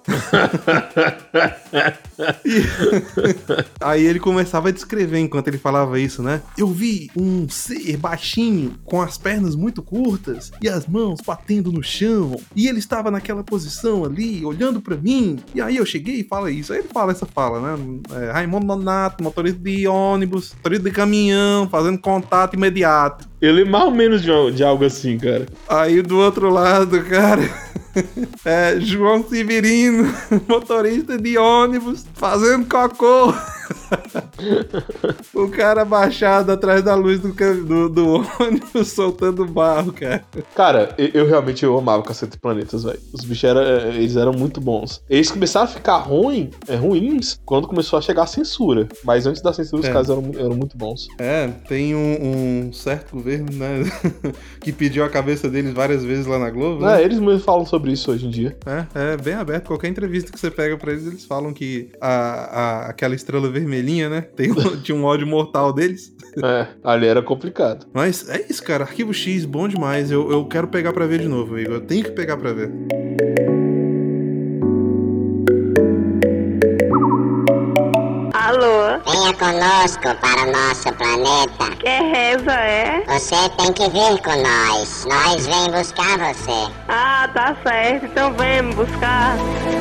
E... Aí ele começava a descrever enquanto ele falava isso, né? Eu vi um ser baixinho, com as pernas muito curtas e as mãos batendo no chão, e ele estava naquela posição ali, olhando pra mim, e aí eu cheguei e fala isso. Aí ele fala essa fala, né? É, Raimundo Nonato, motorista de ônibus, motorista de caminhão, fazendo contato imediato. Ele mais ou menos de, de algo assim, cara. Aí do outro lado, cara, é João Severino, motorista de ônibus, fazendo cocô. O cara baixado atrás da luz do, do, do ônibus, soltando barro, cara. Cara, eu, eu realmente eu amava Cacete Planetas, velho. Os bichos era, eles eram muito bons. Eles começaram a ficar ruim, é, ruins quando começou a chegar a censura. Mas antes da censura, os é. caras eram, eram muito bons. É, tem um, um certo governo, né, que pediu a cabeça deles várias vezes lá na Globo. É, né? Eles mesmo falam sobre isso hoje em dia. É, é bem aberto. Qualquer entrevista que você pega pra eles, eles falam que a, a, aquela estrela vermelhinha, né, tem, tinha um ódio mortal deles. É, ali era complicado. Mas é isso, cara. Arquivo X, bom demais. Eu, eu quero pegar pra ver de novo, Igor. Eu tenho que pegar pra ver. Alô? Venha conosco para o nosso planeta. Que reza é? Você tem que vir com nós. Nós vem buscar você. Ah, tá certo. Então vem me buscar.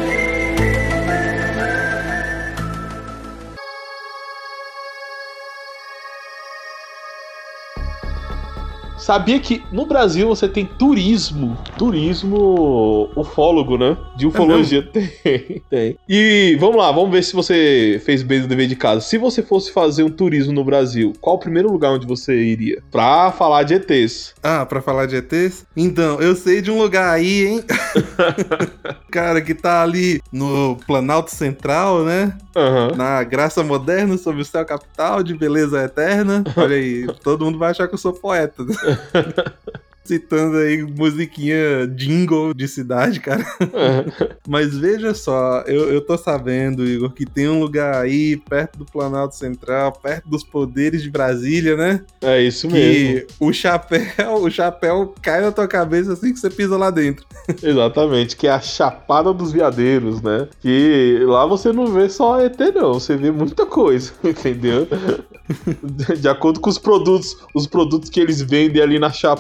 Sabia que no Brasil você tem turismo, turismo ufólogo, né? De ufologia. É tem, tem. E vamos lá, vamos ver se você fez bem o dever de casa. Se você fosse fazer um turismo no Brasil, qual o primeiro lugar onde você iria? Pra falar de E Tês. Ah, pra falar de E Tês? Então, eu sei de um lugar aí, hein? Cara, que tá ali no Planalto Central, né? Uhum. Na Graça Moderna, sob o céu capital, de beleza eterna. Olha aí, todo mundo vai achar que eu sou poeta. Citando aí musiquinha jingle de cidade, cara. Uhum. Mas veja só, eu, eu tô sabendo, Igor, que tem um lugar aí perto do Planalto Central, perto dos poderes de Brasília, né? É isso que mesmo. Que o chapéu, o chapéu cai na tua cabeça assim que você pisa lá dentro. Exatamente, que é a Chapada dos Veadeiros, né? Que lá você não vê só E T, não, você vê muita coisa, entendeu? De acordo com os produtos, os produtos que eles vendem ali na Chapada,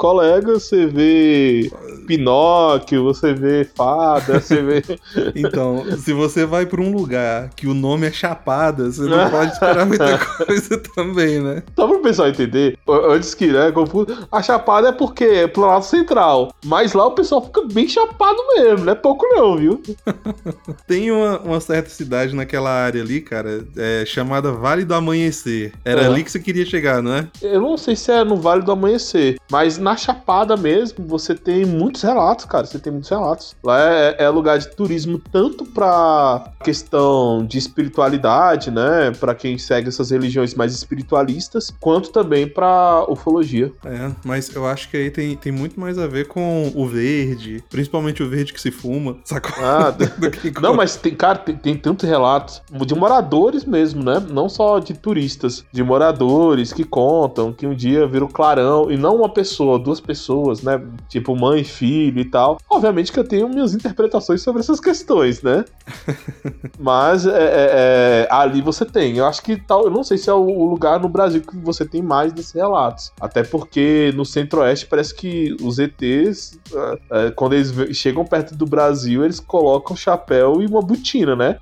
colega, você vê Pinóquio, você vê fada, você vê... Então, se você vai pra um lugar que o nome é Chapada, você não pode esperar muita coisa também, né? Só pro pessoal entender, antes que, né, a Chapada é porque é pro lado central, mas lá o pessoal fica bem chapado mesmo, não é pouco não, viu? Tem uma, uma certa cidade naquela área ali, cara, é, chamada Vale do Amanhecer. Era Uhum. ali que você queria chegar, não é? Eu não sei se é no Vale do Amanhecer, mas na Chapada mesmo, você tem muitos relatos, cara, você tem muitos relatos. Lá é, é lugar de turismo tanto pra questão de espiritualidade, né, pra quem segue essas religiões mais espiritualistas, quanto também pra ufologia. É, mas eu acho que aí tem, tem muito mais a ver com o verde, principalmente o verde que se fuma, sacou? Ah, Do que com- não, mas tem, cara, tem, tem tantos relatos de moradores mesmo, né? Não só de turistas, de moradores que contam que um dia viram clarão, e não uma pessoa, duas pessoas, né? Tipo mãe e filho e tal. Obviamente que eu tenho minhas interpretações sobre essas questões, né? Mas é, é, é, ali você tem. Eu acho que tal, eu não sei se é o lugar no Brasil que você tem mais desses relatos. Até porque no Centro-Oeste parece que os E Tês, é, é, quando eles chegam perto do Brasil, eles colocam chapéu e uma botina, né?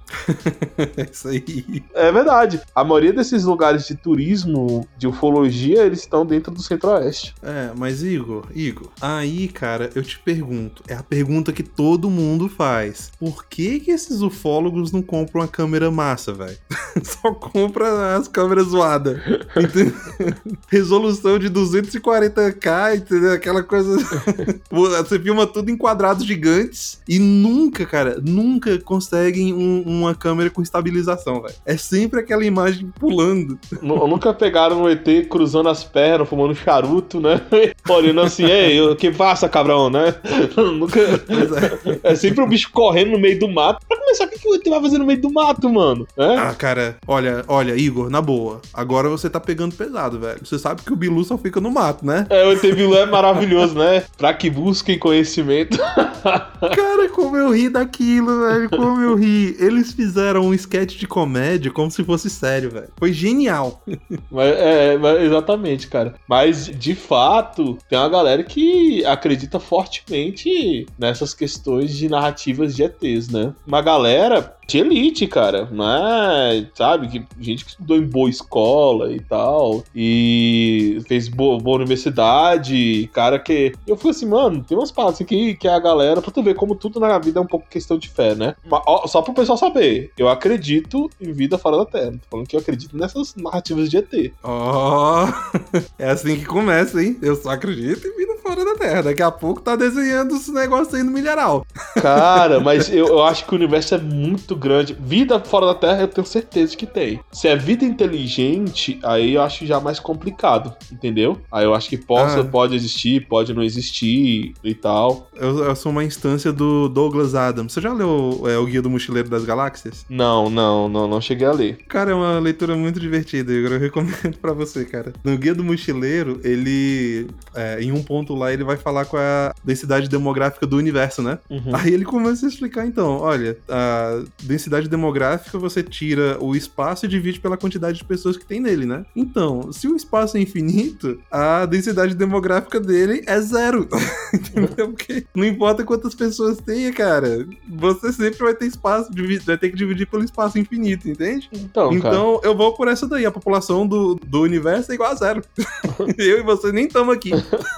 É isso aí. É verdade. A maioria desses lugares de turismo, de ufologia, eles estão dentro do Centro-Oeste. É, mas Igor, Igor, aí, cara, eu te pergunto, é a pergunta que todo mundo faz. Por que que esses ufólogos não compram uma câmera massa, velho? Só compra as câmeras zoadas. Entendeu? Resolução de duzentos e quarenta K, entendeu? Aquela coisa... Você filma tudo em quadrados gigantes e nunca, cara, nunca conseguem um- uma câmera com estabilização, velho. É sempre aquela imagem pulando. Nu- Nunca pegaram um E T cruzando as pernas, fumando charuto, né? Olhando assim, ei, o que passa, cabrão, né? Nunca... Pois é. É sempre o bicho correndo no meio do mato. Pra começar, o que, que o E T vai fazer no meio do mato, mano? É? Ah, cara, olha, olha, Igor, na boa. Agora você tá pegando pesado, velho. Você sabe que o Bilu só fica no mato, né? É, o E T Bilu é maravilhoso, né? Pra que busquem conhecimento. Cara, como eu ri daquilo, velho. Como eu ri. Eles fizeram um sketch de comédia como se fosse sério, velho. Foi genial. Mas, é, mas- exatamente, cara. Mas, de fato, tem uma galera que acredita fortemente nessas questões de narrativas de E Tês, né? Uma galera de elite, cara, né? Sabe? Que, gente que estudou em boa escola e tal, e fez boa, boa universidade, cara que... Eu fui assim, mano, tem umas paradas assim que, que a galera, pra tu ver como tudo na vida é um pouco questão de fé, né? Mas, ó, só pro pessoal saber, eu acredito em vida fora da Terra. Tô falando que eu acredito nessas narrativas de E T. Ó, é assim que começa, hein? Eu só acredito em vida fora da Terra. Daqui a pouco tá desenhando esse negócio aí no milharal. Cara, mas eu, eu acho que o universo é muito grande. Vida fora da Terra, eu tenho certeza que tem. Se é vida inteligente, aí eu acho já mais complicado, entendeu? Aí eu acho que possa, Ah. pode existir, pode não existir e tal. Eu, eu sou uma instância do Douglas Adams. Você já leu é, o Guia do Mochileiro das Galáxias? Não, não, não, não cheguei a ler. Cara, é uma leitura muito divertida, Igor. Eu recomendo pra você, cara. No Guia do Mochileiro, ele... é, em um ponto lá, ele vai falar com a densidade demográfica do universo, né? Uhum. Aí ele começa a explicar, então, olha, a densidade demográfica, você tira o espaço e divide pela quantidade de pessoas que tem nele, né? Então, se o espaço é infinito, a densidade demográfica dele é zero. Entendeu? Porque não importa quantas pessoas tenha, cara, você sempre vai ter espaço, divi- vai ter que dividir pelo espaço infinito, entende? Então, cara. Então, eu vou por essa daí. A população do, do universo é igual a zero. Eu e você nem estamos aqui.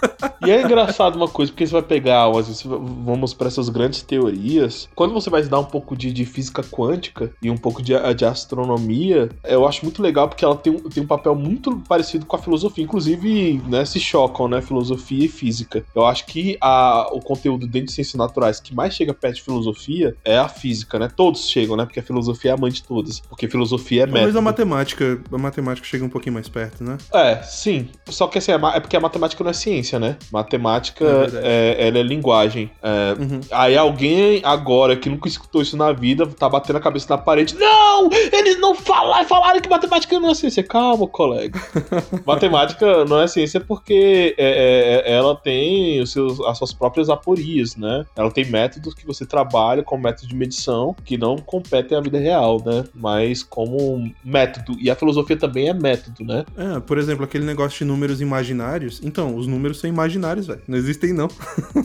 E é engraçado uma coisa, porque você vai pegar, às vezes, vamos para essas grandes teorias. Quando você vai estudar um pouco de, de física quântica e um pouco de, de astronomia, eu acho muito legal porque ela tem um, tem um papel muito parecido com a filosofia. Inclusive, né, se chocam, né, filosofia e física. Eu acho que a, o conteúdo dentro de ciências naturais que mais chega perto de filosofia é a física, né? Todos chegam, né? Porque a filosofia é a mãe de todas. Porque filosofia é Talvez método. a matemática, a matemática chega um pouquinho mais perto, né? É, sim. Só que assim, é ma- é porque a matemática não é ciência, né? Matemática, É verdade. é, ela é linguagem. É, Uhum. Aí alguém agora que nunca escutou isso na vida tá batendo a cabeça na parede. Não! Eles não falaram, falaram que matemática não é ciência. Calma, colega. Matemática não é ciência porque é, é, ela tem os seus, as suas próprias aporias, né? Ela tem métodos que você trabalha como método de medição que não competem à vida real, né? Mas como método. E a filosofia também é método, né? É, por exemplo, aquele negócio de números imaginários. Então, os números são imaginários, velho. Não existem, não.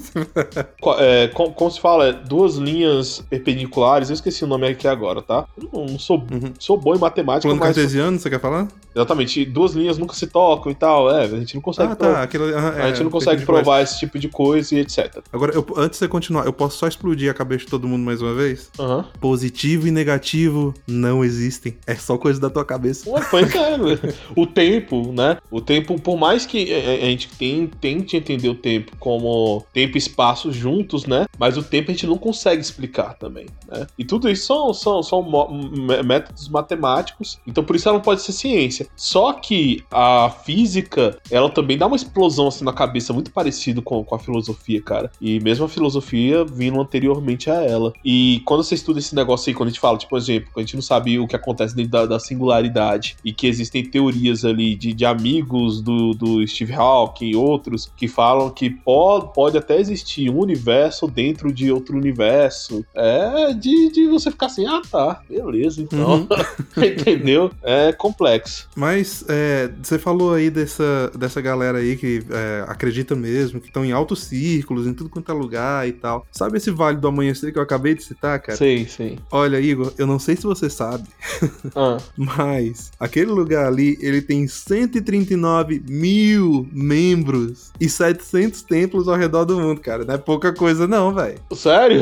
É, como, como se fala, duas linhas perpendiculares, eu esqueci o nome aqui agora, tá? Eu não, não sou, uhum. sou bom em matemática, plano mas... cartesiano, você quer falar? Exatamente, duas linhas nunca se tocam e tal, é, a gente não consegue... Ah, tá, aquilo, uh, a é, gente não consegue provar esse tipo de coisa e etcétera. Agora, eu, antes de você continuar, eu posso só explodir a cabeça de todo mundo mais uma vez? Uhum. Positivo e negativo não existem, é só coisa da tua cabeça. Ué, pois é, o tempo, né? O tempo, por mais que a gente tente entender o tempo como tempo e espaço juntos, né? Mas o tempo a gente não consegue explicar também, né? E tudo isso são, são, são métodos matemáticos, então por isso ela não pode ser ciência. Só que a física, ela também dá uma explosão assim na cabeça, muito parecido com, com a filosofia, cara. E mesmo a filosofia vindo anteriormente a ela. E quando você estuda esse negócio aí, quando a gente fala, tipo, por exemplo, quando a gente não sabe o que acontece dentro da, da singularidade e que existem teorias ali de, de amigos do, do Steve Hawking e outros que falam que pode, pode até existir um universo dentro de outro universo. É de, de você ficar assim, ah tá, beleza, então. Uhum. Entendeu? É complexo. Mas é, você falou aí dessa, dessa galera aí que é, acredita mesmo, que estão em altos círculos, em tudo quanto é lugar e tal. Sabe esse Vale do Amanhecer que eu acabei de citar, cara? Sim, sim. Olha, Igor, eu não sei se você sabe, ah. mas aquele lugar ali, ele tem cento e trinta e nove mil membros e setecentos templos ao redor do mundo, cara. Não é pouca coisa não, velho. Sério?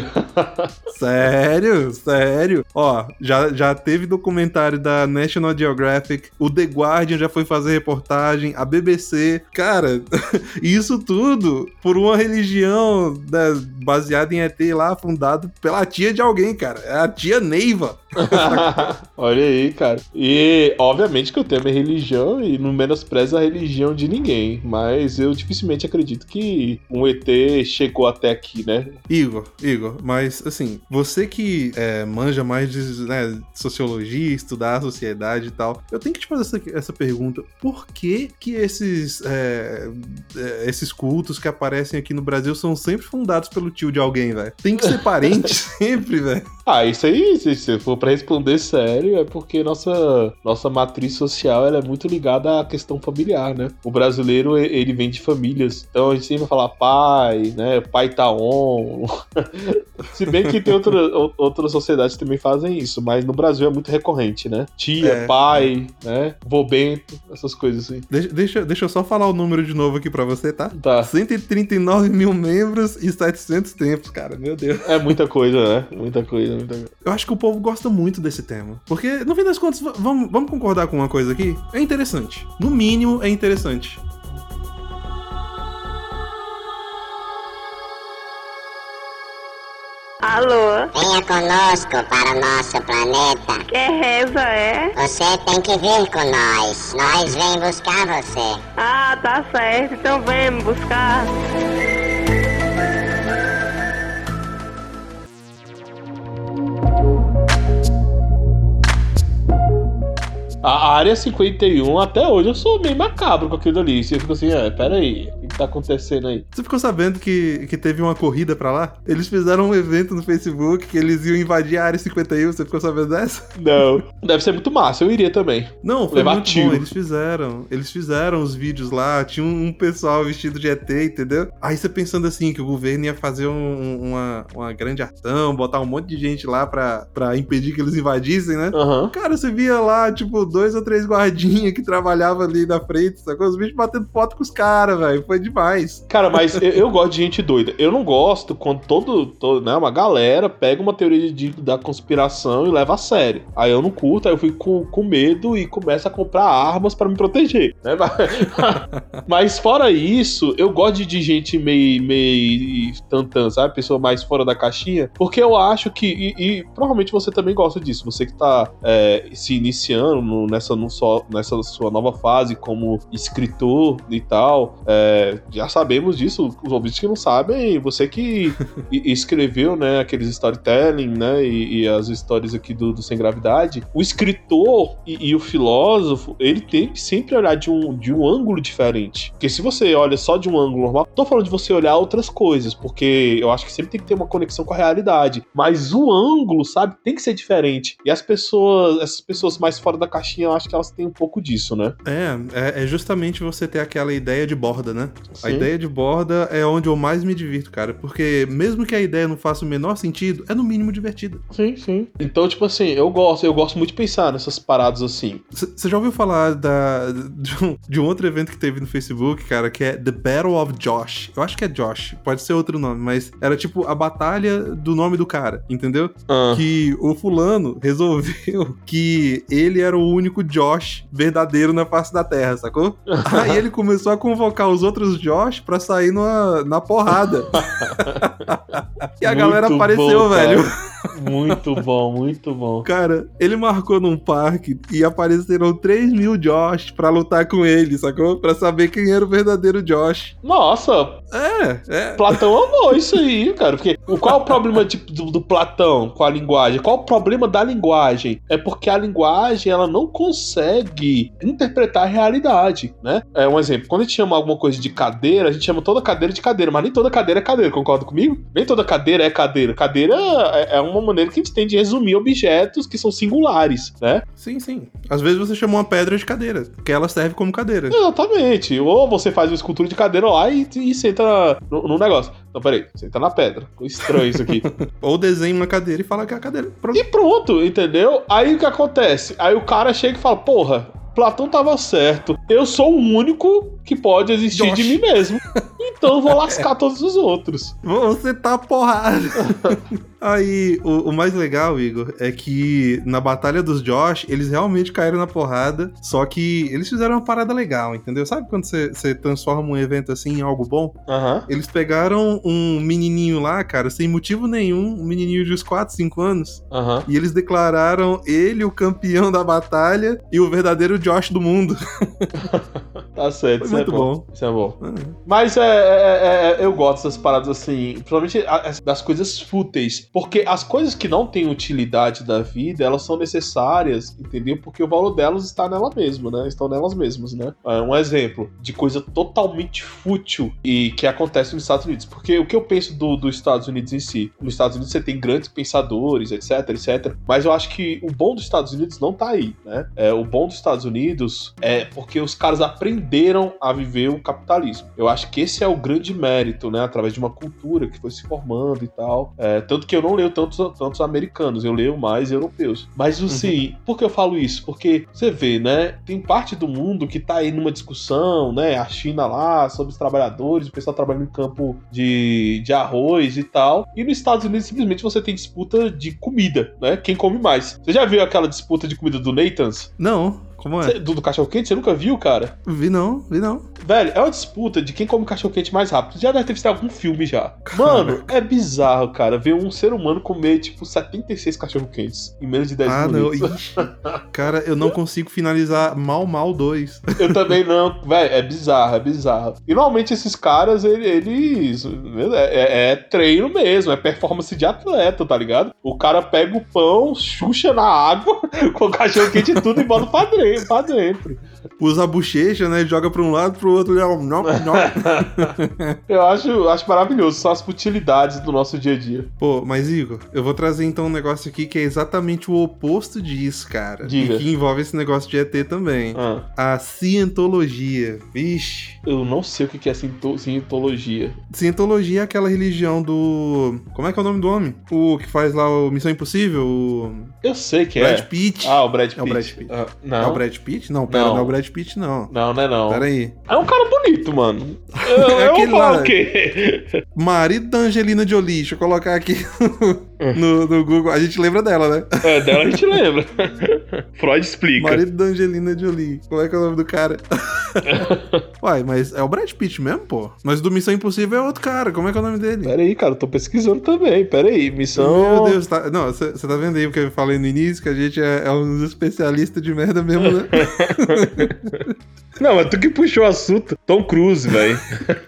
Sério, sério. Ó, já, já teve documentário da National Geographic, o The Guardian já foi fazer reportagem, a B B C. Cara, isso tudo por uma religião, né, baseada em E T lá, fundada pela tia de alguém, cara. É a tia Neiva. Olha aí, cara. E obviamente que eu tenho a minha religião e não menosprezo a religião de ninguém, mas eu dificilmente acredito que um E T chegou até aqui, né? Igor, Igor, mas assim, você que é, manja mais de, né, sociologia, estudar a sociedade e tal, eu tenho que te fazer essa, essa pergunta. Por que que esses, é, esses cultos que aparecem aqui no Brasil são sempre fundados pelo tio de alguém, velho? Tem que ser parente sempre, velho. Ah, isso aí, se, se for pra responder sério, é porque nossa, nossa matriz social ela é muito ligada à questão familiar, né? O brasileiro, ele vem de famílias, então a gente sempre vai falar pai, né? Pai tá on. Se bem que tem outra, outras sociedades que também fazem isso, mas no Brasil é muito recorrente, né? Tia, é, pai, é. né? Vô Bento, essas coisas assim. Deixa, deixa, deixa eu só falar o número de novo aqui pra você, tá? Tá. cento e trinta e nove mil membros e setecentos tempos, cara. Meu Deus. É muita coisa, né? Muita coisa. Eu acho que o povo gosta muito desse tema. Porque, no fim das contas, vamos, vamos concordar com uma coisa aqui? É interessante. No mínimo, é interessante. Alô? Venha conosco para o nosso planeta. Que reza é? Você tem que vir com nós. Nós vem buscar você. Ah, tá certo. Então vem me buscar. A área cinquenta e um, até hoje, eu sou meio macabro com aquilo ali. Você fica assim, ah, peraí, o que, que tá acontecendo aí? Você ficou sabendo que, que teve uma corrida pra lá? Eles fizeram um evento no Facebook que eles iam invadir a área cinquenta e um, você ficou sabendo dessa? Não. Deve ser muito massa, eu iria também. Não, foi Levar muito tiro. bom, eles fizeram. Eles fizeram os vídeos lá, tinha um, um pessoal vestido de E T, entendeu? Aí você pensando assim, que o governo ia fazer um, uma, uma grande ação, botar um monte de gente lá pra, pra impedir que eles invadissem, né? Uhum. Cara, você via lá, tipo, dois ou três guardinhas que trabalhavam ali na frente, sacou? Os bichos batendo foto com os caras, velho. Foi demais. Cara, mas eu, eu gosto de gente doida. Eu não gosto quando todo, todo né, uma galera pega uma teoria de, da conspiração e leva a sério. Aí eu não curto, aí eu fico com, com medo e começo a comprar armas pra me proteger, né? Mas fora isso, eu gosto de, de gente meio, meio tantã, sabe? Pessoa mais fora da caixinha, porque eu acho que, e, e provavelmente você também gosta disso, você que tá é, se iniciando no, nessa, no só, nessa sua nova fase como escritor e tal, é, é, já sabemos disso, os ouvintes que não sabem, você que escreveu, né, aqueles storytelling, né, e, e as histórias aqui do, do Sem Gravidade, o escritor e, e o filósofo, ele tem que sempre olhar de um, de um ângulo diferente. Porque se você olha só de um ângulo normal, tô falando de você olhar outras coisas, porque eu acho que sempre tem que ter uma conexão com a realidade, mas o ângulo, sabe, tem que ser diferente. E as pessoas, essas pessoas mais fora da caixinha, eu acho que elas têm um pouco disso, né? É, é justamente você ter aquela ideia de borda, né? Sim. A ideia de borda é onde eu mais me divirto, cara, porque mesmo que a ideia não faça o menor sentido, é no mínimo divertida. Sim, sim. Então, tipo assim, eu gosto, eu gosto muito de pensar nessas paradas assim. Você já ouviu falar da, de, um, de um outro evento que teve no Facebook, cara, que é The Battle of Josh? Eu acho que é Josh, pode ser outro nome, mas era tipo a batalha do nome do cara, entendeu? Ah. Que o fulano resolveu que ele era o único Josh verdadeiro na face da Terra, sacou? Aí ele começou a convocar os outros Josh pra sair numa, na porrada. E a Muito galera apareceu, bom, velho. Muito bom, muito bom. Cara, ele marcou num parque e apareceram três mil Josh pra lutar com ele, sacou? Pra saber quem era o verdadeiro Josh. Nossa, É, é. Platão amou isso aí, cara. Porque qual é o problema tipo, do, do Platão com a linguagem? Qual o problema da linguagem? É porque a linguagem, ela não consegue interpretar a realidade, né? É um exemplo. Quando a gente chama alguma coisa de cadeira, a gente chama toda cadeira de cadeira, mas nem toda cadeira é cadeira, concorda comigo? Nem toda cadeira é cadeira. Cadeira é, é uma maneira que a gente tem de resumir objetos que são singulares, né? Sim, sim. Às vezes você chamou uma pedra de cadeira, porque ela serve como cadeira. Exatamente. Ou você faz uma escultura de cadeira lá e, e senta no, no negócio. Não, peraí, senta na pedra. Ficou estranho isso aqui. Ou desenha uma cadeira e fala que é a cadeira. Pronto. E pronto, entendeu? Aí o que acontece? Aí o cara chega e fala, porra, Platão tava certo. Eu sou o único que pode existir Josh. de mim mesmo. Então eu vou lascar todos os outros. Você tá porrada. Aí, o, o mais legal, Igor, é que na Batalha dos Josh, eles realmente caíram na porrada, só que eles fizeram uma parada legal, entendeu? Sabe quando você, você transforma um evento assim em algo bom? Aham. Eles pegaram um menininho lá, cara, sem motivo nenhum, um menininho de uns quatro, cinco anos, Aham. e eles declararam ele o campeão da batalha e o verdadeiro Josh do mundo. Tá certo, Foi isso muito é bom. bom. Isso é bom. Ah, Mas é, é- é- eu gosto dessas paradas assim, principalmente a- das coisas fúteis. Porque as coisas que não têm utilidade da vida, elas são necessárias, entendeu? Porque o valor delas está nela mesma, né? Estão nelas mesmas, né? É um exemplo de coisa totalmente fútil e que acontece nos Estados Unidos. Porque o que eu penso do- dos Estados Unidos em si? Nos Estados Unidos você tem grandes pensadores, etc, etcétera. Mas eu acho que o bom dos Estados Unidos não tá aí, né? É, o bom dos Estados Unidos é porque os caras aprenderam a viver o capitalismo. Eu acho que esse é o grande mérito, né? Através de uma cultura que foi se formando e tal. É, tanto que eu não leio tantos, tantos americanos, eu leio mais europeus. Mas assim, uhum. Por que eu falo isso? Porque você vê, né? Tem parte do mundo que tá aí numa discussão, né? A China lá, sobre os trabalhadores, o pessoal trabalhando em campo de, de arroz e tal. E nos Estados Unidos, simplesmente, você tem disputa de comida, né? Quem come mais. Você já viu aquela disputa de comida do Nathan's? não, como é? Cê, do, do cachorro-quente? Você nunca viu, cara? Vi não, vi não. Velho, é uma disputa de quem come cachorro-quente mais rápido. Já deve ter visto algum filme já. Mano, é bizarro, cara, ver um ser humano comer, tipo, setenta e seis cachorro-quentes em menos de dez Ah, minutos. não. Ixi. Cara, eu não consigo finalizar Mal Mal dois. Eu também não. Velho, é bizarro, é bizarro. E normalmente esses caras, ele- eles... É, é- é treino mesmo, é performance de atleta, tá ligado? O cara pega o pão, xuxa na água, com o cachorro-quente e tudo e bota pra dentro. Pra dentro. Usa a bochecha, né? Joga pra um lado, pro outro. Não, não, não. Eu acho, acho maravilhoso. São as futilidades do nosso dia a dia. Pô, mas Igor, eu vou trazer então um negócio aqui que é exatamente o oposto disso, cara. Diga. E que envolve esse negócio de E T também. Ah, A cientologia. Vixe. eu não sei o que é ciento- cientologia. Cientologia é aquela religião do... Como é que é o nome do homem? O que faz lá o Missão Impossível? O Eu sei que Brad é. Pitt. Ah, o Brad Pitt. É o Brad Pitt. Ah, É não. o Brad Pitt? Não, pera, Não. não é o Brad Pitt, não. Não, não é não. Pera aí. É um cara bonito, mano. Eu, É eu vou aquele falar lá. o quê? Marido da Angelina Jolie. Deixa eu colocar aqui no, no Google. A gente lembra dela, né? É, dela a gente lembra. Freud explica. Marido da Angelina Jolie. Como é que é o nome do cara? Uai, mas é o Brad Pitt mesmo, pô? Mas do Missão Impossível é outro cara. Como é que é o nome dele? Pera aí, cara, eu tô pesquisando também. Pera aí, missão... Meu Deus, tá... Não, você tá vendo aí o que eu falei no início? Que a gente é, é uns especialistas de merda mesmo mesmo, né? Não, mas tu que puxou o assunto. Tom Cruise, velho.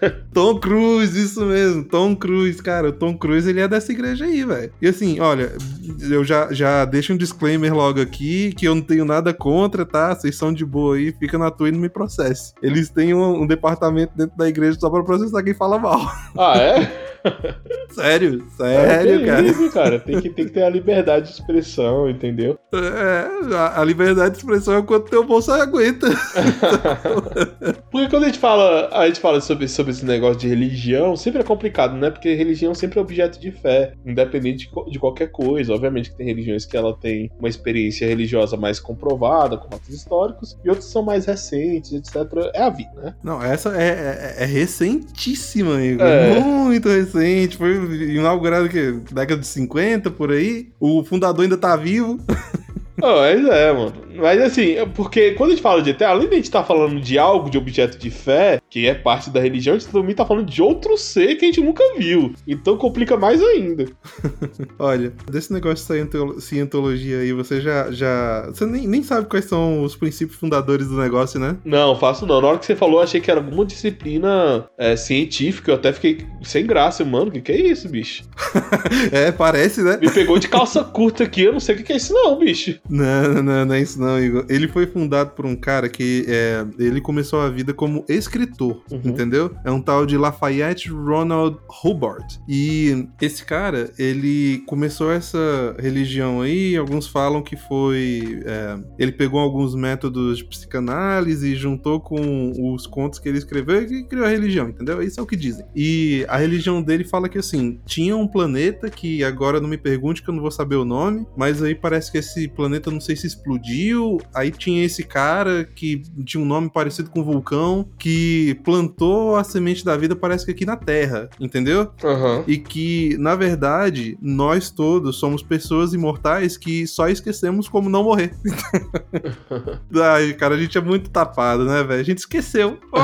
Tom Cruise, isso mesmo. Tom Cruise, cara. O Tom Cruise, ele é dessa igreja aí, velho. E assim, olha, eu já, já deixo um disclaimer logo aqui, que eu não tenho nada contra, tá? Vocês são de boa aí, fica na tua e não me processe. Eles têm um, um departamento dentro da igreja só pra processar quem fala mal. Ah, é? Sério, sério, é, cara. Isso, cara. Tem que, tem que ter a liberdade de expressão, entendeu? É, a, a liberdade de expressão é quanto teu bolso aguenta. Porque quando a gente fala, a gente fala sobre, sobre esse negócio de religião, sempre é complicado, né? Porque religião sempre é objeto de fé, independente de, de qualquer coisa. Obviamente que tem religiões que ela tem uma experiência religiosa mais comprovada, com fatos históricos, e outras são mais recentes, etcétera. É a vida, né? Não, essa é, é, é recentíssima, Igor. É. Muito recente. Foi inaugurado, o quê? Década de cinquenta, por aí. O fundador ainda tá vivo. Oh, mas é, mano. Mas assim, porque quando a gente fala de até, além de a gente estar tá falando de algo, de objeto de fé, que é parte da religião, a gente também tá falando de outro ser que a gente nunca viu. Então complica mais ainda. Olha, desse negócio de cientologia aí, você já... já... Você nem, nem sabe quais são os princípios fundadores do negócio, né? Não, faço não. Na hora que você falou, eu achei que era alguma disciplina é, científica. Eu até fiquei sem graça. Mano, o que, que é isso, bicho? É, parece, né? Me pegou de calça curta aqui. Eu não sei o que, que é isso não, bicho. Não, não, não é isso não, Igor. Ele foi fundado por um cara que é, ele começou a vida como escritor, uhum. entendeu? É um tal de Lafayette Ronald Hubbard. E esse cara, ele começou essa religião aí, alguns falam que foi... É, ele pegou alguns métodos de psicanálise e juntou com os contos que ele escreveu e criou a religião, entendeu? Isso é o que dizem. E a religião dele fala que, assim, tinha um planeta que agora não me pergunte que eu não vou saber o nome, mas aí parece que esse planeta eu não sei se explodiu, aí tinha esse cara que tinha um nome parecido com um vulcão, que plantou a semente da vida, parece que aqui na Terra, entendeu? Uhum. E que, na verdade, nós todos somos pessoas imortais que só esquecemos como não morrer. Ai, cara, a gente é muito tapado, né, velho? A gente esqueceu. Oh.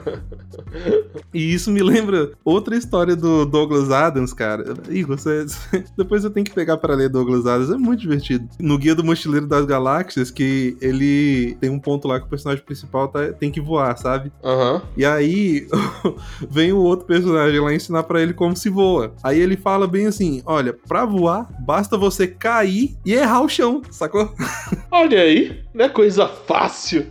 E isso me lembra outra história do Douglas Adams, cara. Igor, você... depois eu tenho que pegar pra ler Douglas Adams, é muito divertido. No Guia do Mochileiro das Galáxias, que ele tem um ponto lá que o personagem principal tá, tem que voar, sabe? Uhum. E aí vem o outro personagem lá ensinar pra ele como se voa. Aí ele fala bem assim, olha, pra voar, basta você cair e errar o chão, sacou? Olha aí, não é coisa fácil.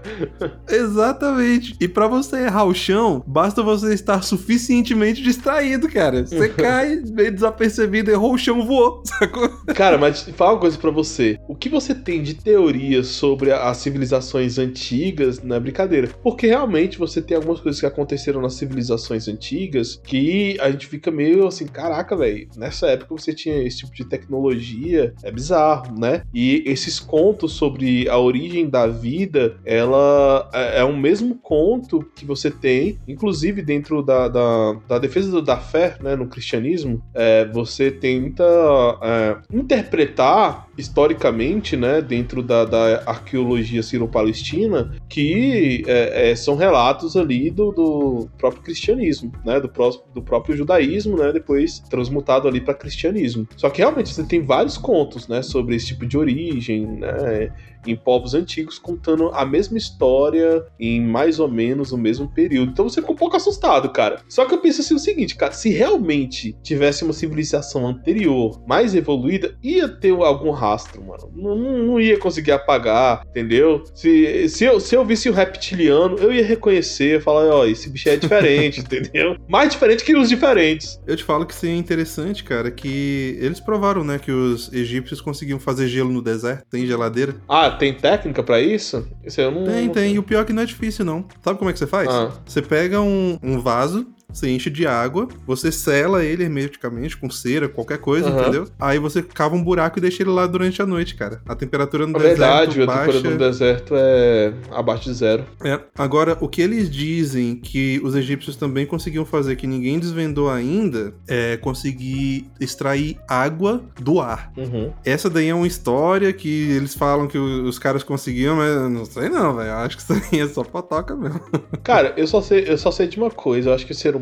Exatamente. E pra você errar o chão, basta você estar suficientemente distraído, cara. Você cai, meio desapercebido, errou o chão, voou, sacou? Cara, mas fala uma coisa pra você. O que você tem de teoria sobre as civilizações antigas não é brincadeira. Porque realmente você tem algumas coisas que aconteceram nas civilizações antigas que a gente fica meio assim, caraca, velho, nessa época você tinha esse tipo de tecnologia, é bizarro, né? E esses contos sobre a origem da vida, ela é, é o mesmo conto que você tem, inclusive dentro da, da, da defesa da fé, né, no cristianismo, é, você tenta é, interpretar historicamente, né, dentro da, da arqueologia sírio-palestina, que é, é, são relatos ali do, do próprio cristianismo, né, do, pró- do próprio judaísmo, né, depois transmutado ali para cristianismo. Só que realmente você tem vários contos, né, sobre esse tipo de origem, né, em povos antigos, contando a mesma história em mais ou menos o mesmo período. Então você fica um pouco assustado, cara. Só que eu penso assim o seguinte, cara, se realmente tivesse uma civilização anterior, mais evoluída, ia ter algum rastro, mano. Não, não ia conseguir apagar, entendeu? Se, se, eu, se eu visse o reptiliano, eu ia reconhecer, falar, ó, esse bicho é diferente, entendeu? Mais diferente que os diferentes. Eu te falo que seria interessante, cara, que eles provaram, né, que os egípcios conseguiam fazer gelo no deserto, tem geladeira. Ah, tem técnica pra isso? Isso eu não... Tem, não... tem. E o pior é que não é difícil, não. Sabe como é que você faz? Ah. Você pega um, um vaso, você enche de água, você sela ele hermeticamente com cera, qualquer coisa, uhum. entendeu? Aí você cava um buraco e deixa ele lá durante a noite, cara. A temperatura no é deserto verdade, baixa... a temperatura no deserto é abaixo de zero. É. Agora, o que eles dizem que os egípcios também conseguiam fazer, que ninguém desvendou ainda, é conseguir extrair água do ar. Uhum. Essa daí é uma história que eles falam que os caras conseguiam, mas eu não sei não, velho. Acho que isso aí é só potoca mesmo. Cara, eu só sei, eu só sei de uma coisa. Eu acho que o ser humano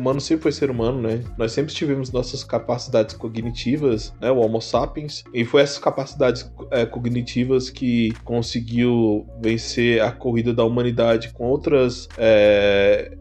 humano sempre foi ser humano, né? Nós sempre tivemos nossas capacidades cognitivas, né? O Homo sapiens. E foi essas capacidades é, cognitivas que conseguiu vencer a corrida da humanidade com outras é,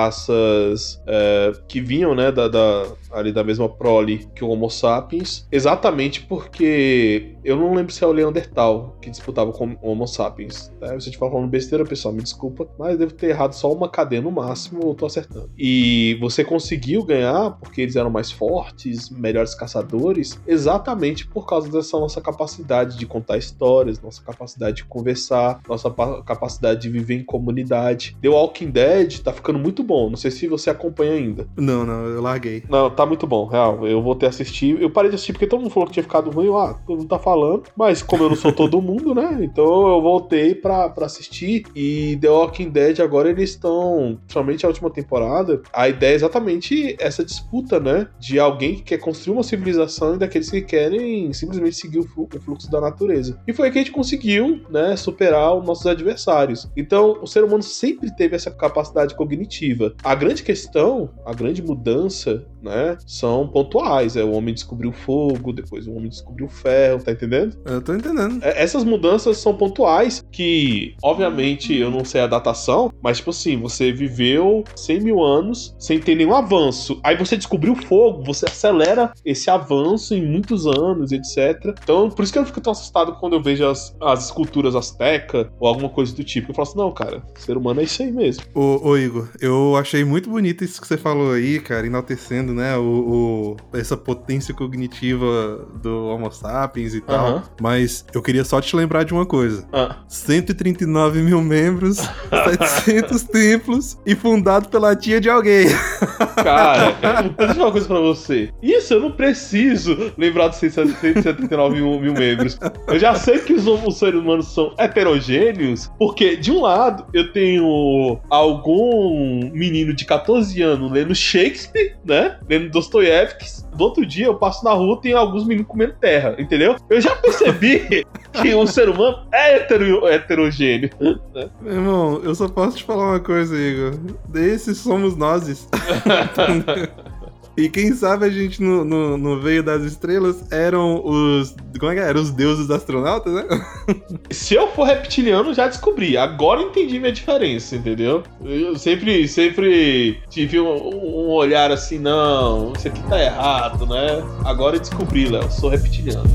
raças é, que vinham, né? Da, da, ali da mesma prole que o Homo sapiens. Exatamente porque eu não lembro se é o Neandertal que disputava com o Homo sapiens. Tá? Se eu estiver falando besteira, pessoal, me desculpa. Mas eu devo ter errado só uma cadeia no máximo, eu tô acertando. E você conseguiu ganhar porque eles eram mais fortes, melhores caçadores, exatamente por causa dessa nossa capacidade de contar histórias, nossa capacidade de conversar, nossa capacidade de viver em comunidade. The Walking Dead tá ficando muito bom. Não sei se você acompanha ainda. Não, não, eu larguei. Não, tá muito bom, real. Eu voltei a assistir. Eu parei de assistir porque todo mundo falou que tinha ficado ruim. Eu, ah, todo mundo tá falando. Mas como eu não sou todo mundo, né? Então eu voltei pra, pra assistir. E The Walking Dead agora eles estão, principalmente a última temporada, a ideia é exatamente essa disputa, né? De alguém que quer construir uma civilização e daqueles que querem simplesmente seguir o fluxo da natureza. E foi aí que a gente conseguiu, né, superar os nossos adversários. Então, o ser humano sempre teve essa capacidade cognitiva. A grande questão, a grande mudança, né, são pontuais. É, o homem descobriu o fogo, depois o homem descobriu o ferro, tá entendendo? Eu tô entendendo. É, essas mudanças são pontuais que, obviamente, eu não sei a datação, mas, tipo assim, você viveu cem mil anos sem ter nenhum avanço. Aí você descobriu o fogo, você acelera esse avanço em muitos anos, etcétera. Então, por isso que eu fico tão assustado quando eu vejo as, as esculturas azteca ou alguma coisa do tipo. Eu falo assim, não, cara, ser humano é isso aí mesmo. Ô, ô Igor, eu achei muito bonito isso que você falou aí, cara, enaltecendo, né, o, o, essa potência cognitiva do Homo sapiens e tal. Uhum. Mas eu queria só te lembrar de uma coisa. Ah. cento e trinta e nove mil membros, setecentos templos e fundado pela tia de alguém. Cara, eu vou dizer uma coisa pra você. Isso eu não preciso lembrar dos cento e setenta e nove mil membros. Eu já sei que os, os seres humanos são heterogêneos, porque, de um lado, eu tenho algum menino de catorze anos lendo Shakespeare, né? Lendo Dostoiévski. Do outro dia, eu passo na rua e tem alguns meninos comendo terra, entendeu? Eu já percebi que o ser humano é hetero, heterogêneo. Né? Meu irmão, eu só posso te falar uma coisa, Igor. Desses somos nós. E quem sabe a gente no, no, no Veio das Estrelas eram os... Como é que é? Eram os deuses astronautas, né? Se eu for reptiliano, já descobri. Agora entendi minha diferença, entendeu? Eu sempre, sempre tive um, um olhar assim, não, isso aqui tá errado, né? Agora eu descobri, Léo, sou reptiliano.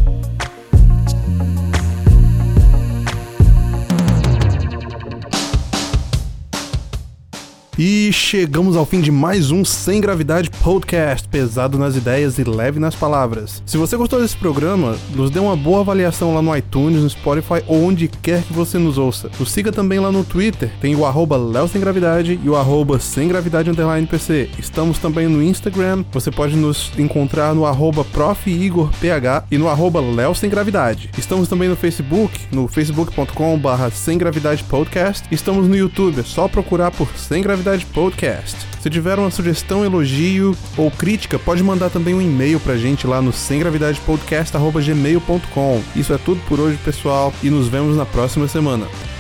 E chegamos ao fim de mais um Sem Gravidade Podcast, pesado nas ideias e leve nas palavras. Se você gostou desse programa, nos dê uma boa avaliação lá no iTunes, no Spotify ou onde quer que você nos ouça. Nos siga também lá no Twitter, tem o arroba Léo Sem Gravidade e o arroba Sem Gravidade Underline P C. Estamos também no Instagram, você pode nos encontrar no arroba Prof Igor P H e no arroba Léo Sem Gravidade. Estamos também no Facebook, no facebook ponto com barra Sem Gravidade Podcast. Estamos no YouTube, é só procurar por Sem Gravidade Podcast. Se tiver uma sugestão, elogio ou crítica, pode mandar também um e-mail pra gente lá no sem gravidade podcast arroba gmail ponto com. Isso é tudo por hoje, pessoal, e nos vemos na próxima semana.